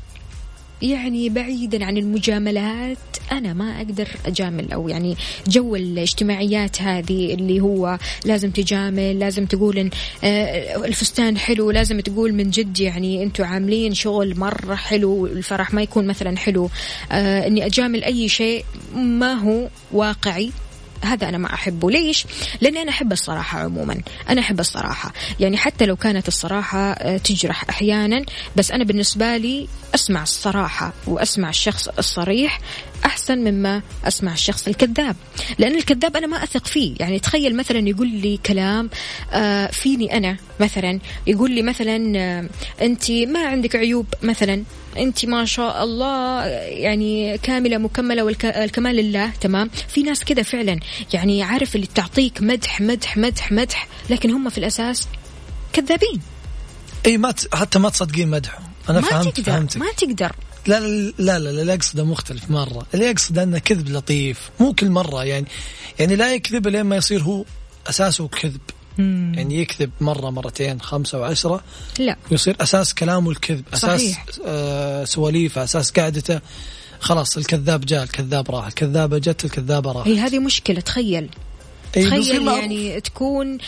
يعني بعيدا عن المجاملات أنا ما أقدر أجامل، أو يعني جو الاجتماعيات هذه اللي هو لازم تجامل، لازم تقول إن الفستان حلو، لازم تقول من جد يعني أنتوا عاملين شغل مرة حلو، الفرح ما يكون مثلا حلو. إني أجامل أي شيء ما هو واقعي، هذا أنا ما أحبه. ليش؟ لأني أنا أحب الصراحة عموما، أنا أحب الصراحة، يعني حتى لو كانت الصراحة تجرح أحيانا، بس أنا بالنسبة لي أسمع الصراحة وأسمع الشخص الصريح أحسن مما أسمع الشخص الكذاب، لأن الكذاب أنا ما أثق فيه. يعني تخيل مثلا يقول لي كلام آه فيني أنا، مثلا يقول لي مثلا آه أنت ما عندك عيوب، مثلا أنت ما شاء الله يعني كاملة مكملة والكمال لله، تمام. في ناس كذا فعلا، يعني عارف اللي تعطيك مدح مدح مدح مدح، لكن هم في الأساس كذابين. أي ما ت... حتى ما تصدقين مدحه. أنا ما فهمت تقدر فهمتك. ما تقدر. لا لا لا لا لا أقصده مختلف مرة. اللي أقصده أنه كذب لطيف، مو كل مرة يعني يعني لا يكذب لين ما يصير هو أساسه كذب. مم. يعني يكذب مرة مرتين خمسة وعشرة، لا يصير أساس كلامه الكذب، أساس صحيح. آه سواليفه، أساس قعدته، خلاص الكذاب جاء الكذاب راح، الكذابة جت الكذابة راح. هي هذه مشكلة. تخيل تخيل يعني تكون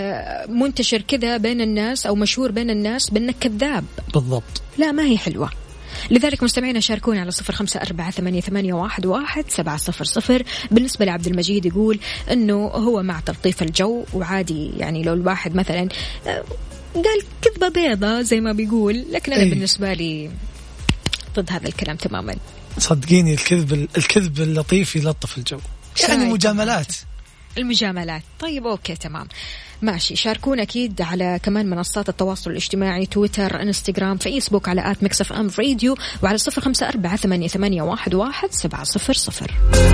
منتشر كذا بين الناس أو مشهور بين الناس بأنك كذاب. بالضبط. لا ما هي حلوة. لذلك مستمعينا شاركونا على صفر خمسة أربعة ثمانية ثمانية واحد واحد سبعة صفر صفر. بالنسبة لعبد المجيد يقول أنه هو مع تلطيف الجو وعادي، يعني لو الواحد مثلا قال كذبة بيضة زي ما بيقول، لكن أنا أي. بالنسبة لي ضد هذا الكلام تماما. صدقيني الكذب الكذب اللطيف يلطف الجو، يعني مجاملات المجاملات. طيب أوكي تمام ماشي. شاركونا أكيد على كمان منصات التواصل الاجتماعي، تويتر، انستغرام، فيسبوك على آت ميكس اف ام راديو، وعلى صفر خمسة أربعة ثمانية ثمانية واحد واحد سبعة صفر صفر.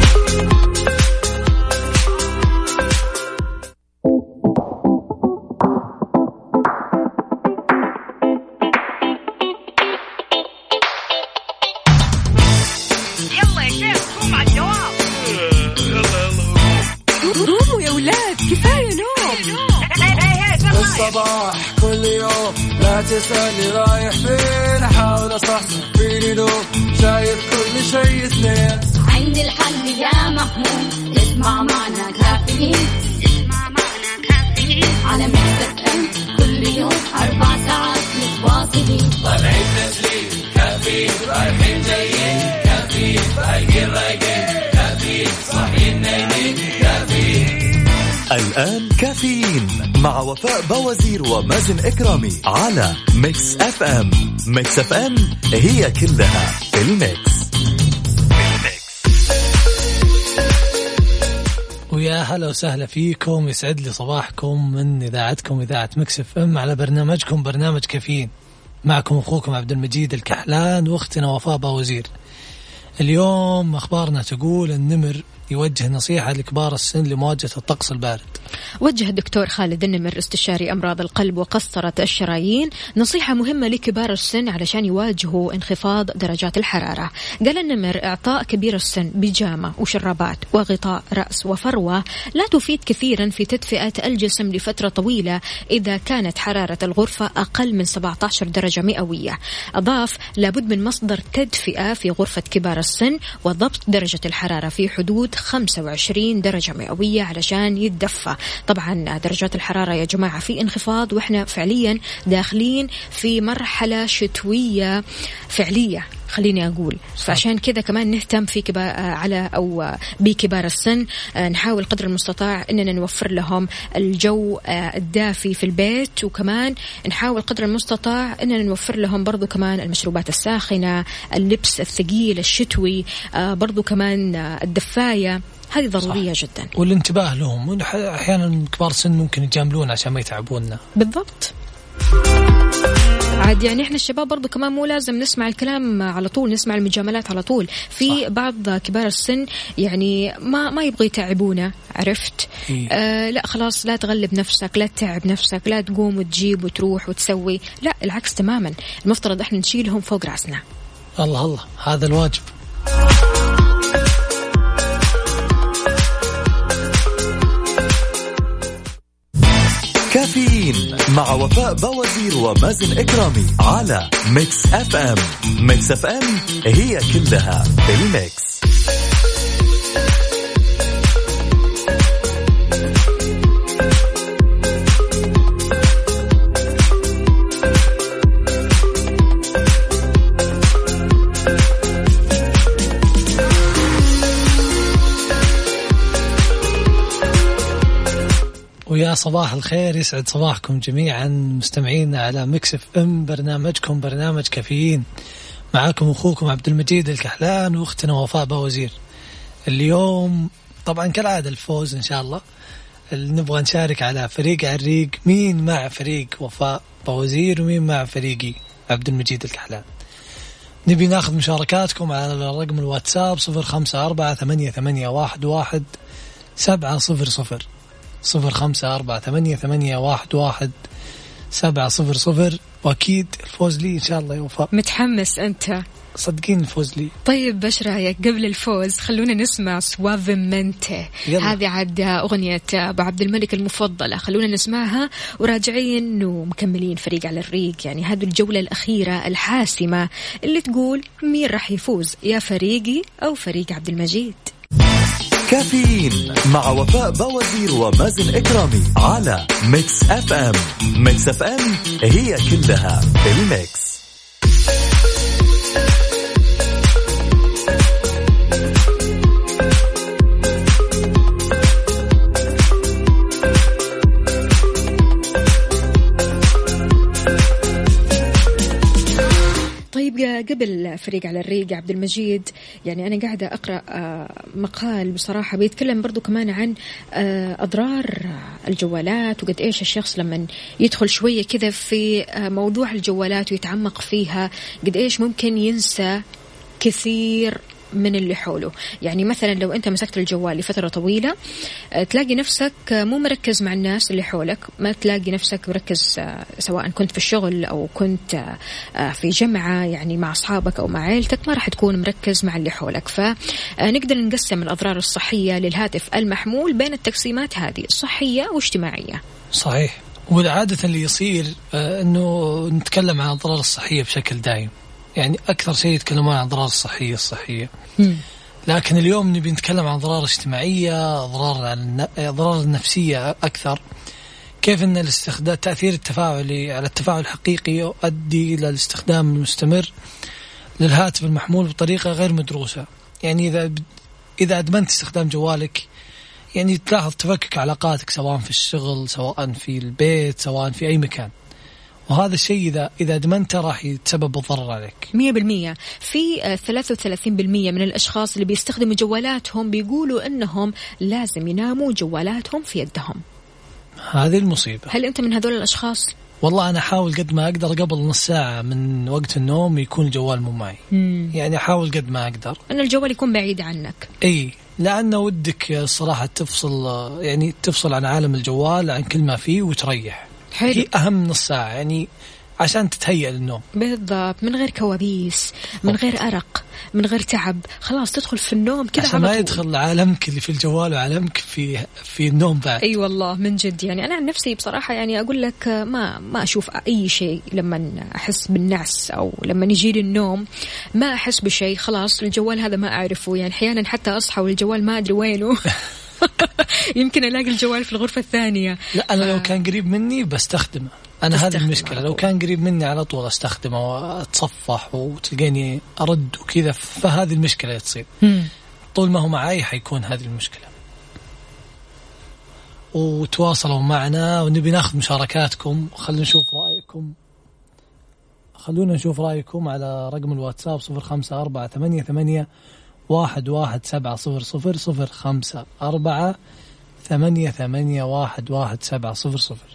الصباح كل يوم لا تسألني رايح فين، أحاول أصحصح فيني لو شايف كل شيء اثنين. عندي الحل يا محمود، اسمع معنا كافيين، اسمع معنا كافيين على ميكس اف ام كل يوم أربع ساعات متواصلين. طالعين تسليم كافيين الآن كافيين مع وفاء بوازير ومازن إكرامي على ميكس أف أم. ميكس أف أم هي كلها في الميكس. ويا هلا وسهلا فيكم، يسعد لي صباحكم من إذاعتكم إذاعة ميكس أف أم على برنامجكم برنامج كافيين. معكم أخوكم عبد المجيد الكحلان وأختنا وفاء بوازير. اليوم أخبارنا تقول النمر يوجه نصيحة لكبار السن لمواجهة الطقس البارد. وجه الدكتور خالد النمر استشاري أمراض القلب وقسطرة الشرايين نصيحة مهمة لكبار السن علشان يواجهوا انخفاض درجات الحرارة. قال النمر إعطاء كبير السن بيجامة وشرابات وغطاء رأس وفروة لا تفيد كثيرا في تدفئة الجسم لفترة طويلة إذا كانت حرارة الغرفة أقل من سبعة عشر درجة مئوية. أضاف لابد من مصدر تدفئة في غرفة كبار السن وضبط درجة الحرارة في حدود خمسة وعشرين درجة مئوية علشان يتدفى. طبعا درجات الحرارة يا جماعة في انخفاض وإحنا فعليا داخلين في مرحلة شتوية فعلية خليني أقول، فعشان كذا كمان نهتم في كبار على أو بكبار السن، نحاول قدر المستطاع إننا نوفر لهم الجو الدافي في البيت، وكمان نحاول قدر المستطاع إننا نوفر لهم برضو كمان المشروبات الساخنة، اللبس الثقيل الشتوي، برضو كمان الدفاية، هذه ضرورية صح. جدا. والانتباه لهم، أحيانا كبار السن ممكن يجاملون عشان ما يتعبوننا. بالضبط. عاد يعني احنا الشباب برضو كمان مو لازم نسمع الكلام على طول، نسمع المجاملات على طول. في صح. بعض كبار السن يعني ما ما يبغى يتعبونا، عرفت؟ إيه؟ آه لا خلاص، لا تغلب نفسك، لا تتعب نفسك، لا تقوم وتجيب وتروح وتسوي، لا العكس تماما، المفترض احنا نشيلهم فوق راسنا. الله الله، هذا الواجب. كافيين مع وفاء بوازير ومازن إكرامي على ميكس أف أم. ميكس أف أم هي كلها الميكس. ويا صباح الخير، يسعد صباحكم جميعا مستمعينا على ميكس اف ام، برنامجكم برنامج كافيين. معاكم أخوكم عبد المجيد الكحلان وأختنا وفاء بوازير. اليوم طبعا كالعادة الفوز إن شاء الله، نبغى نشارك على فريق عريق. مين مع فريق وفاء بوازير ومين مع فريقي عبد المجيد الكحلان؟ نبي ناخذ مشاركاتكم على الرقم الواتساب صفر خمسة أربعة ثمانية ثمانية واحد واحد سبعة صفر صفر صفر خمسة أربعة ثمانية ثمانية واحد واحد سبعة صفر صفر. وأكيد الفوز لي إن شاء الله يا وفاء. متحمس أنت؟ صدقين الفوز لي. طيب باش رايك قبل الفوز خلونا نسمع سوافيمنتي، هذه عاد أغنية أبو عبد الملك المفضلة، خلونا نسمعها وراجعين ومكملين فريق على الريق. يعني هذه الجولة الأخيرة الحاسمة اللي تقول مين راح يفوز، يا فريقي أو فريق عبد المجيد. كافيين مع وفاء بوازير ومازن إكرامي على ميكس أف أم. ميكس أف أم هي كلها الميكس. قبل فريق على الريق عبد المجيد، يعني أنا قاعدة أقرأ مقال بصراحة بيتكلم برضو كمان عن أضرار الجوالات، وقد إيش الشخص لما يدخل شوية كذا في موضوع الجوالات ويتعمق فيها قد إيش ممكن ينسى كثير من اللي حوله. يعني مثلا لو أنت مسكت الجوال لفترة طويلة تلاقي نفسك مو مركز مع الناس اللي حولك، ما تلاقي نفسك مركز سواء كنت في الشغل أو كنت في جمعة يعني مع أصحابك أو مع عائلتك، ما راح تكون مركز مع اللي حولك. فنقدر نقسم الأضرار الصحية للهاتف المحمول بين التقسيمات هذه، صحية واجتماعية. صحيح. والعادة اللي يصير أنه نتكلم عن الأضرار الصحية بشكل دائم، يعني أكثر شيء يتكلمون عن أضرار الصحية الصحية م. لكن اليوم نبي نتكلم عن أضرار اجتماعية، أضرار أضرار النفسية أكثر. كيف أن الاستخدام تأثير التفاعلي على التفاعل الحقيقي يؤدي إلى الاستخدام المستمر للهاتف المحمول بطريقة غير مدروسة. يعني إذا إذا أدمنت استخدام جوالك يعني تلاحظ تفكك علاقاتك سواء في الشغل سواء في البيت سواء في أي مكان، وهذا الشيء إذا إذا أدمنته راح يتسبب الضرر عليك. مية بالمية. في ثلاثة وثلاثين بالمية من الأشخاص اللي بيستخدموا جوالاتهم بيقولوا أنهم لازم يناموا جوالاتهم في يدهم. هذه المصيبة. هل أنت من هذول الأشخاص؟ والله أنا أحاول قد ما أقدر قبل نص ساعة من وقت النوم يكون الجوال مو معي. مم. يعني أحاول قد ما أقدر أن الجوال يكون بعيد عنك. إيه، لأنه ودك صراحة تفصل، يعني تفصل عن عالم الجوال عن كل ما فيه وتريح. حلو. هي أهم نص ساعة يعني عشان تتهيأ للنوم. بالضبط، من غير كوابيس، من غير أرق، من غير تعب، خلاص تدخل في النوم كذا عشان ما يدخل عالمك اللي في الجوال وعالمك في في النوم بعد. أي أيوة والله من جد. يعني أنا عن نفسي بصراحة يعني أقول لك ما ما أشوف أي شيء لما أحس بالنعس أو لما يجي لي النوم ما أحس بشيء، خلاص الجوال هذا ما أعرفه. يعني أحيانا حتى أصحى والجوال ما أدري وينه. يمكن ألاقي الجوال في الغرفة الثانية. لا أنا لو كان قريب مني بستخدمه، أنا هذه المشكلة، لو كان قريب مني على طول أستخدمه وأتصفح وتلقيني أرد وكذا، فهذه المشكلة تصير. طول ما هو معي حيكون هذه المشكلة. وتواصلوا معنا ونبي ناخذ مشاركاتكم، وخلونا نشوف رأيكم خلونا نشوف رأيكم على رقم الواتساب صفر خمسة أربعة ثمانية ثمانية واحد واحد سبعة صفر صفر صفر خمسة أربعة ثمانية ثمانية واحد واحد سبعة صفر صفر.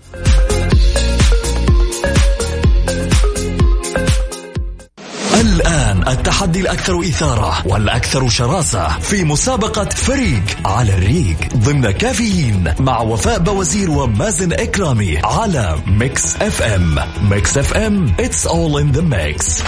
الآن التحدي الأكثر إثارة والأكثر شراسة في مسابقة فريق على الريق ضمن كافيين مع وفاء بوزير ومازن إكرامي على ميكس اف ام. ميكس اف ام it's all in the mix.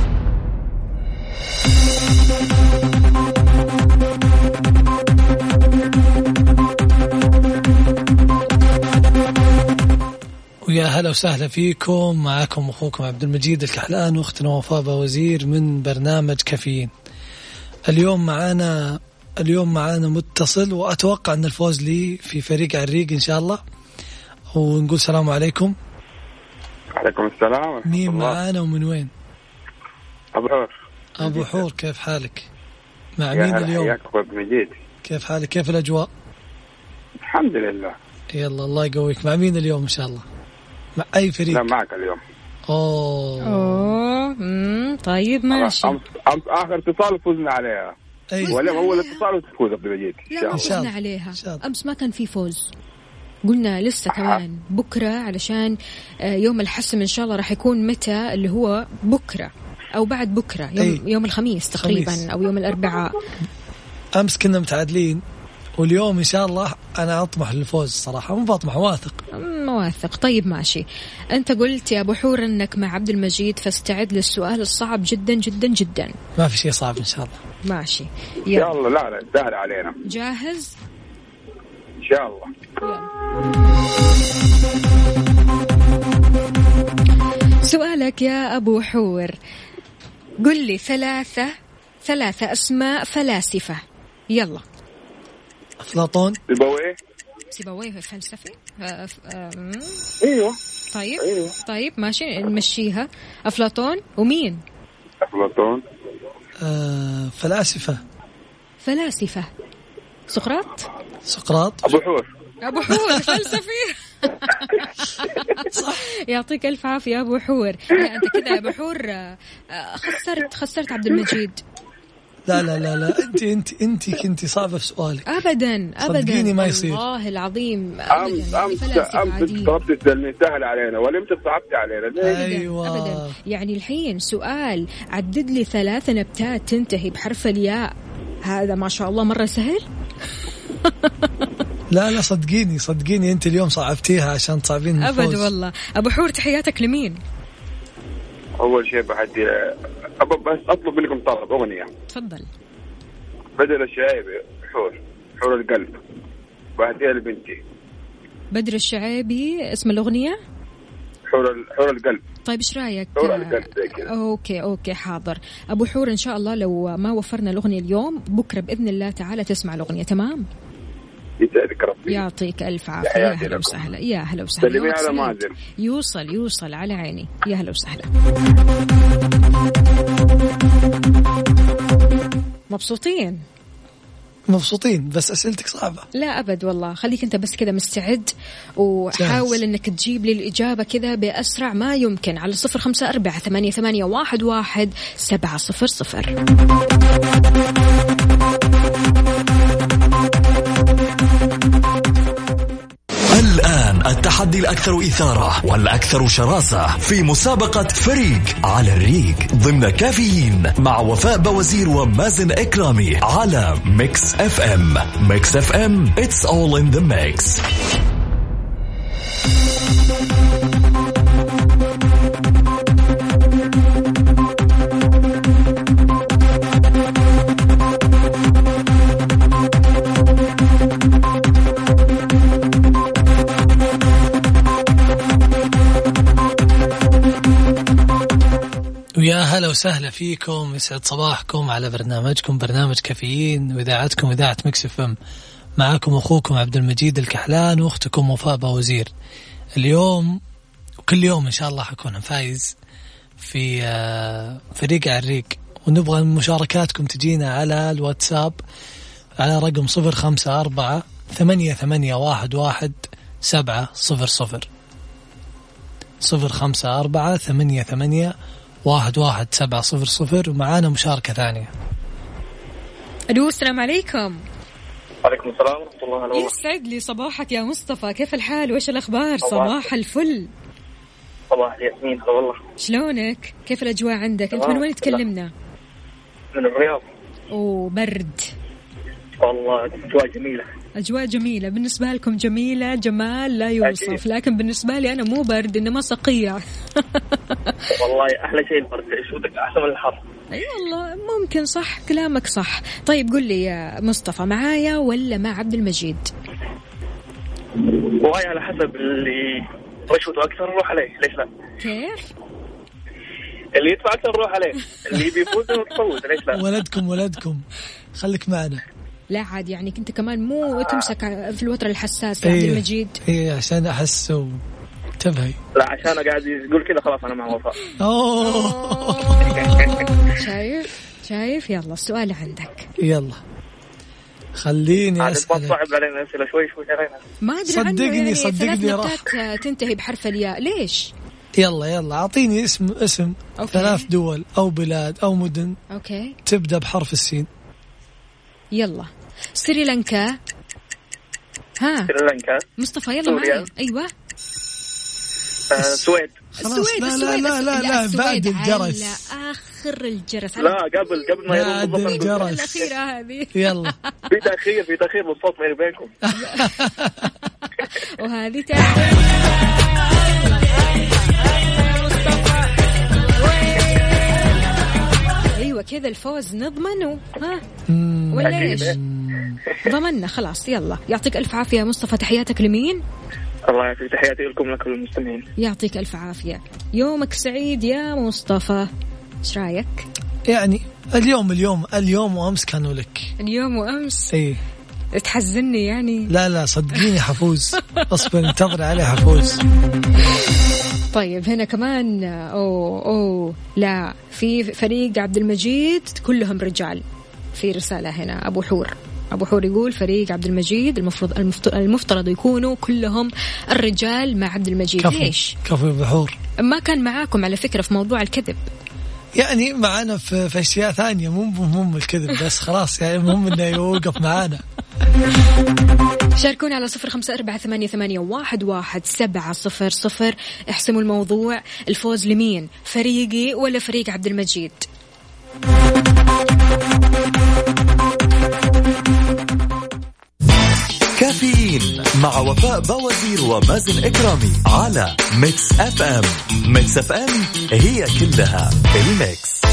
ويا هلا وسهلا فيكم، معكم أخوكم عبد المجيد الكحلان وأختنا وفاء بوزير من برنامج كافيين. اليوم معانا اليوم معانا متصل، وأتوقع أن الفوز لي في فريق عريق إن شاء الله. ونقول السلام عليكم. عليكم السلام. مين معانا ومن وين؟ أبو حور. أبو حور، كيف حالك؟ مع مين اليوم؟ حياك أبو مجيد. كيف حالك؟ كيف الأجواء؟ الحمد لله. يلا الله يقويك. مع مين اليوم إن شاء الله؟ مع أي فريق؟ لا معك اليوم. أوه أوه مم. طيب ماشي. أمس أمس آخر اتصال فزنا عليها. أيوة. ولا أول اتصال وتفوز عبد المجيد. لا فزنا عليها. أمس ما كان في فوز، قلنا لسه كمان بكرة علشان يوم الحسم إن شاء الله راح يكون متى، اللي هو بكرة أو بعد بكرة يوم, أي. يوم الخميس تقريبا خميس. أو يوم الأربعاء. أمس كنا متعادلين، واليوم إن شاء الله أنا أطمح للفوز صراحة، مو بطمح، واثق مواثق. طيب ماشي. أنت قلت يا أبو حور أنك مع عبد المجيد، فاستعد للسؤال الصعب جدا جدا جدا. ما في شيء صعب إن شاء الله. ماشي إن شاء الله. لا لا سهل علينا. جاهز؟ إن شاء الله. يلا. سؤالك يا أبو حور، قل لي ثلاثة ثلاثة أسماء فلاسفة. يلا. أفلاطون. سيبويه. سيبويه فلسفي. ايوه. طيب أيوة. طيب ماشي نمشيها. أفلاطون ومين؟ أفلاطون. آه فلاسفة. فلاسفة. سقراط. سقراط. أبو حور. أبو حور فلسفي. يعطيك ألف عافية أبو حور. لا أنت كذا يا أبو حور خسرت خسرت عبد المجيد. لا لا لا لا انت انت انت كنتي صعبه في سؤالك. ابدا ابدا صدقيني ما يصير. والله العظيم امس امس امس طلبت تسالني سهل علينا ولا انت صعبت علينا. ايوه ابدا. يعني الحين سؤال عدد لي ثلاث نبتات تنتهي بحرف الياء، هذا ما شاء الله مره سهل. لا لا صدقيني صدقيني انت اليوم صعبتيها عشان تصعبين الفوز. ابدا والله. ابو حور تحياتك لمين؟ اول شيء بحدي بس أطلب منكم طلب أغنية. تفضل. بدر الشعيبي حور حور القلب، بهديها لبنتي. بدر الشعيبي اسم الأغنية؟ حور حور القلب. طيب إيش رأيك؟ حور القلب كده. أوكي أوكي حاضر. أبو حور إن شاء الله لو ما وفرنا الأغنية اليوم بكرة بإذن الله تعالى تسمع الأغنية. تمام؟ يسعدك ربي. يعطيك ألف عافية. يا هلا وسهلا. يا هلا وسهلا. سلمي على مازن. يوصل يوصل على عيني. يا هلا وسهلا. مبسوطين؟ مبسوطين بس أسئلتك صعبة. لا أبد والله، خليك أنت بس كذا مستعد وحاول جاهز. أنك تجيب لي الإجابة كذا بأسرع ما يمكن على صفر خمسة أربعة ثمانية ثمانية واحد واحد سبعة صفر صفر. الآن التحدي الأكثر إثارة والأكثر شراسة في مسابقة فريق على الريق ضمن كافيين مع وفاء بوزير ومازن إكرامي على ميكس اف ام. ميكس اف ام it's all in the mix. ويا هلا وسهلا فيكم، يسعد صباحكم على برنامجكم برنامج كافيين وإذاعتكم إذاعة ميكس اف ام. معكم أخوكم عبد المجيد الكحلان وأختكم وفاء بوزير. اليوم وكل يوم إن شاء الله حكون فايز في فريق على الريق، ونبغى مشاركاتكم تجينا على الواتساب على رقم صفر خمسة أربعة ثمانية ثمانية واحد واحد سبعة صفر صفر صفر خمسة أربعة ثمانية ثمانية واحد واحد سبعة صفر صفر. ومعانا مشاركة ثانية. ألو السلام عليكم. وعليكم السلام ورحمة الله وبركاته. يسعد لي صباحك يا مصطفى، كيف الحال وإيش الأخبار؟ صباح الفل. صباح الياسمين والله. شلونك؟ كيف الأجواء عندك؟ أنت من وين تكلمنا؟ من الرياض. أوه برد. والله أجواء جميلة. أجواء جميلة بالنسبة لكم، جميلة جمال لا يوصف أكيد. لكن بالنسبة لي أنا مو برد إنما صقيع. والله أحلى شيء البرد، شو بدك أحسن من الحر. أي والله ممكن، صح كلامك صح. طيب قل لي يا مصطفى، معايا ولا مع عبد المجيد؟ وهاي على حسب اللي رشوته أكثر نروح عليه، ليش لا؟ كيف؟ اللي يدفع أكثر نروح عليه، اللي بيفوز نفوز، ليش لا؟ ولدكم ولدكم خليك معنا. لا عاد يعني كنت كمان مو تمسك في الوتر الحساس يا عبد المجيد. إيه عشان أحس وتبهي. لا عشان قاعد يقول كذا خلاص أنا مع وفاء. شايف شايف يلا السؤال عندك. يلا خليني أسألك. صعب علينا أسئلة شوي شوي علينا. ما أدري صدقني يعني صدقني راح تنتهي بحرف الياء ليش؟ يلا يلا أعطيني اسم اسم أوكي. ثلاث دول أو بلاد أو مدن أوكي تبدأ بحرف السين. يلا سريلانكا. ها سريلانكا. مصطفى يلا معي. أيوة السويد. السويد لا لا لا لا, لا, لا بعد الجرس. لا آخر الجرس. لا قبل قبل ما يضرب بعد الجرس الأخيرة هذه. يلا في تأخير في تأخير بالصوت بيني وبينكم. وهذه تأخير. أيوة كذا الفوز نضمنه. ها ولا إيش؟ ضمننا خلاص. يلا يعطيك ألف عافية مصطفى. تحياتك لمين؟ الله يعطيك. تحياتي لكم لكل المستمعين. يعطيك ألف عافية. يومك سعيد يا مصطفى. إيش رأيك؟ يعني اليوم اليوم اليوم وأمس كانوا لك. اليوم وأمس. إيه تحزني يعني. لا لا صدقيني حفوز. أصبر انتظر عليه حفوز. طيب هنا كمان أوه أوه لا في فريق عبد المجيد كلهم رجال. في رسالة هنا أبو حور. أبو حور يقول فريق عبد المجيد المفروض المفترض يكونوا كلهم الرجال مع عبد المجيد. كفو. ليش؟ كفو أبو حور. ما كان معاكم على فكرة في موضوع الكذب. يعني معنا في, في أشياء ثانية مو مهم الكذب بس خلاص يعني مهم إنه يوقف معانا. شاركونا على صفر خمسة أربعة ثمانية ثمانية واحد واحد سبعة صفر صفر. احسموا الموضوع. الفوز لمين؟ فريقي ولا فريق عبد المجيد؟ كافيين مع وفاء بوزير ومازن إكرامي على ميكس اف ام. ميكس اف ام هي كلها الميكس.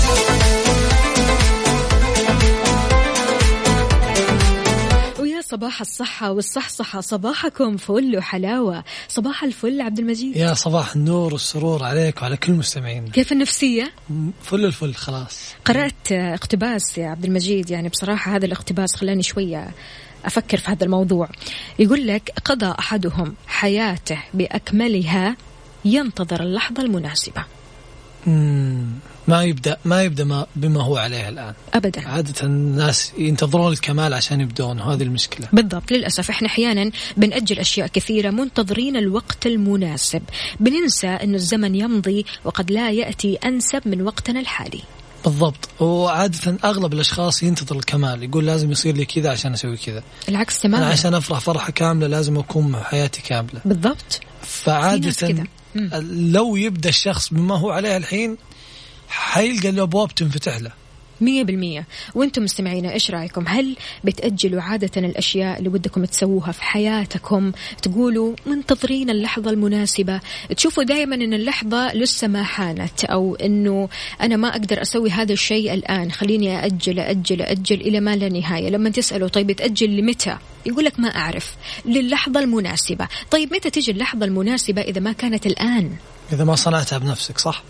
ويا صباح الصحة والصحصحة، صباحكم فل وحلاوة. صباح الفل عبد المجيد. يا صباح النور والسرور عليك وعلى كل مستمعين. كيف النفسية؟ فل الفل خلاص. قرأت اقتباس يا عبد المجيد، يعني بصراحة هذا الاقتباس خلاني شوية أفكر في هذا الموضوع. يقول لك قضى أحدهم حياته بأكملها ينتظر اللحظة المناسبة. ما يبدأ ما يبدأ ما بما هو عليه الآن أبدا. عادة الناس ينتظرون الكمال عشان يبدون، هذه المشكلة. بالضبط، للأسف إحنا أحيانا بنأجل أشياء كثيرة منتظرين الوقت المناسب، بننسى أن الزمن يمضي وقد لا يأتي أنسب من وقتنا الحالي. بالضبط، وعادة أغلب الأشخاص ينتظر الكمال، يقول لازم يصير لي كذا عشان أسوي كذا. العكس تماما، أنا عشان أفرح فرحة كاملة لازم أكون مع حياتي كاملة. بالضبط. فعادة لو يبدأ الشخص بما هو عليه الحين حيلقى الأبواب تنفتح له مية بالمية. وانتم مستمعينا إيش رأيكم؟ هل بتأجلوا عادة الأشياء اللي ودكم تسووها في حياتكم؟ تقولوا منتظرين اللحظة المناسبة، تشوفوا دائما أن اللحظة لسه ما حانت، أو أنه أنا ما أقدر أسوي هذا الشيء الآن، خليني أأجل أأجل أأجل إلى ما لا نهاية. لما تسأله طيب تأجل لمتى؟ يقول لك ما أعرف، للحظة المناسبة. طيب متى تجي اللحظة المناسبة إذا ما كانت الآن؟ إذا ما صنعتها بنفسك، صح؟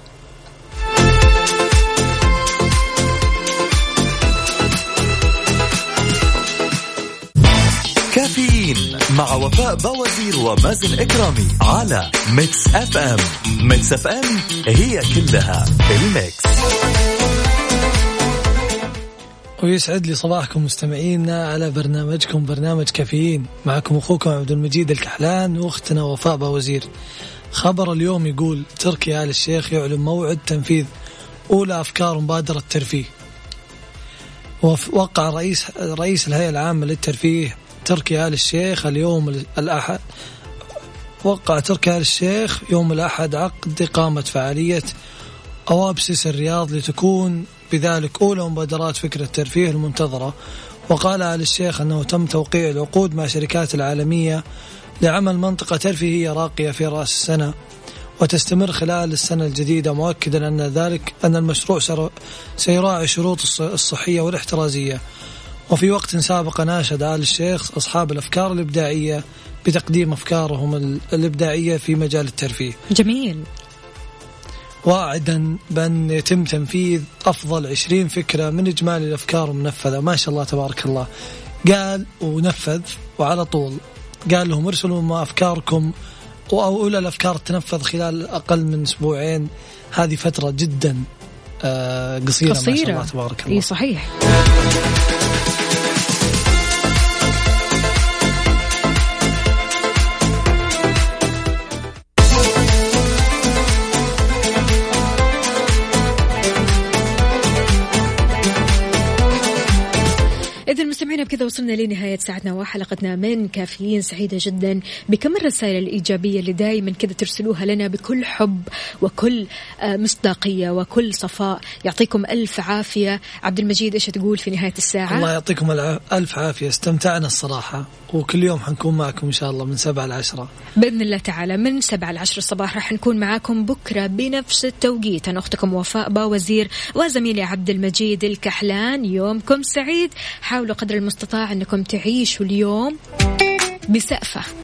كافيين مع وفاء بوازير ومازن إكرامي على ميكس اف ام. ميكس اف ام هي كلها الميكس. ويسعد لي صباحكم مستمعينا على برنامجكم برنامج كافيين، معكم أخوكم عبد المجيد الكحلان وأختنا وفاء بوازير. خبر اليوم يقول تركي آل الشيخ يعلن موعد تنفيذ أولى أفكار مبادرة الترفيه. وقع رئيس رئيس الهيئة العامة للترفيه تركي آل الشيخ اليوم الأحد وقع تركي آل الشيخ يوم الأحد عقد إقامة فعالية أوابسس الرياض لتكون بذلك أولى مبادرات فكرة الترفيه المنتظرة. وقال آل الشيخ أنه تم توقيع العقود مع شركات العالمية لعمل منطقة ترفيهية راقية في رأس السنة وتستمر خلال السنة الجديدة، مؤكدا أن ذلك أن المشروع سيراعي شروط الصحية والاحترازية. وفي وقت سابق ناشد آل الشيخ أصحاب الأفكار الإبداعية بتقديم أفكارهم الإبداعية في مجال الترفيه. جميل. واعدا بأن يتم تنفيذ أفضل عشرين فكرة من إجمالي الأفكار المنفذة. ما شاء الله تبارك الله، قال ونفذ وعلى طول. قال لهم ارسلوا ما أفكاركم أو أولى الأفكار تنفذ خلال أقل من أسبوعين. هذه فترة جدا قصيرة, قصيرة. ما شاء الله تبارك الله. إيه صحيح. إذا المستمعين بكذا وصلنا لنهاية ساعتنا وحلقتنا من كافيين. سعيدة جدا بكم الرسائل الإيجابية اللي دايما كذا ترسلوها لنا بكل حب وكل مصداقية وكل صفاء. يعطيكم ألف عافية. عبد المجيد إيش تقول في نهاية الساعة؟ الله يعطيكم ألف عافية، استمتعنا الصراحة، وكل يوم حنكون معكم إن شاء الله من سبعة لعشرة بإذن الله تعالى. من سبعة لعشرة الصباح راح نكون معاكم بكرة بنفس التوقيت. أنا أختكم وفاء باوزير وزميلي عبد المجيد الكحلان. يومكم سعيد. حاولوا قدر المستطاع أنكم تعيشوا اليوم بسقفة.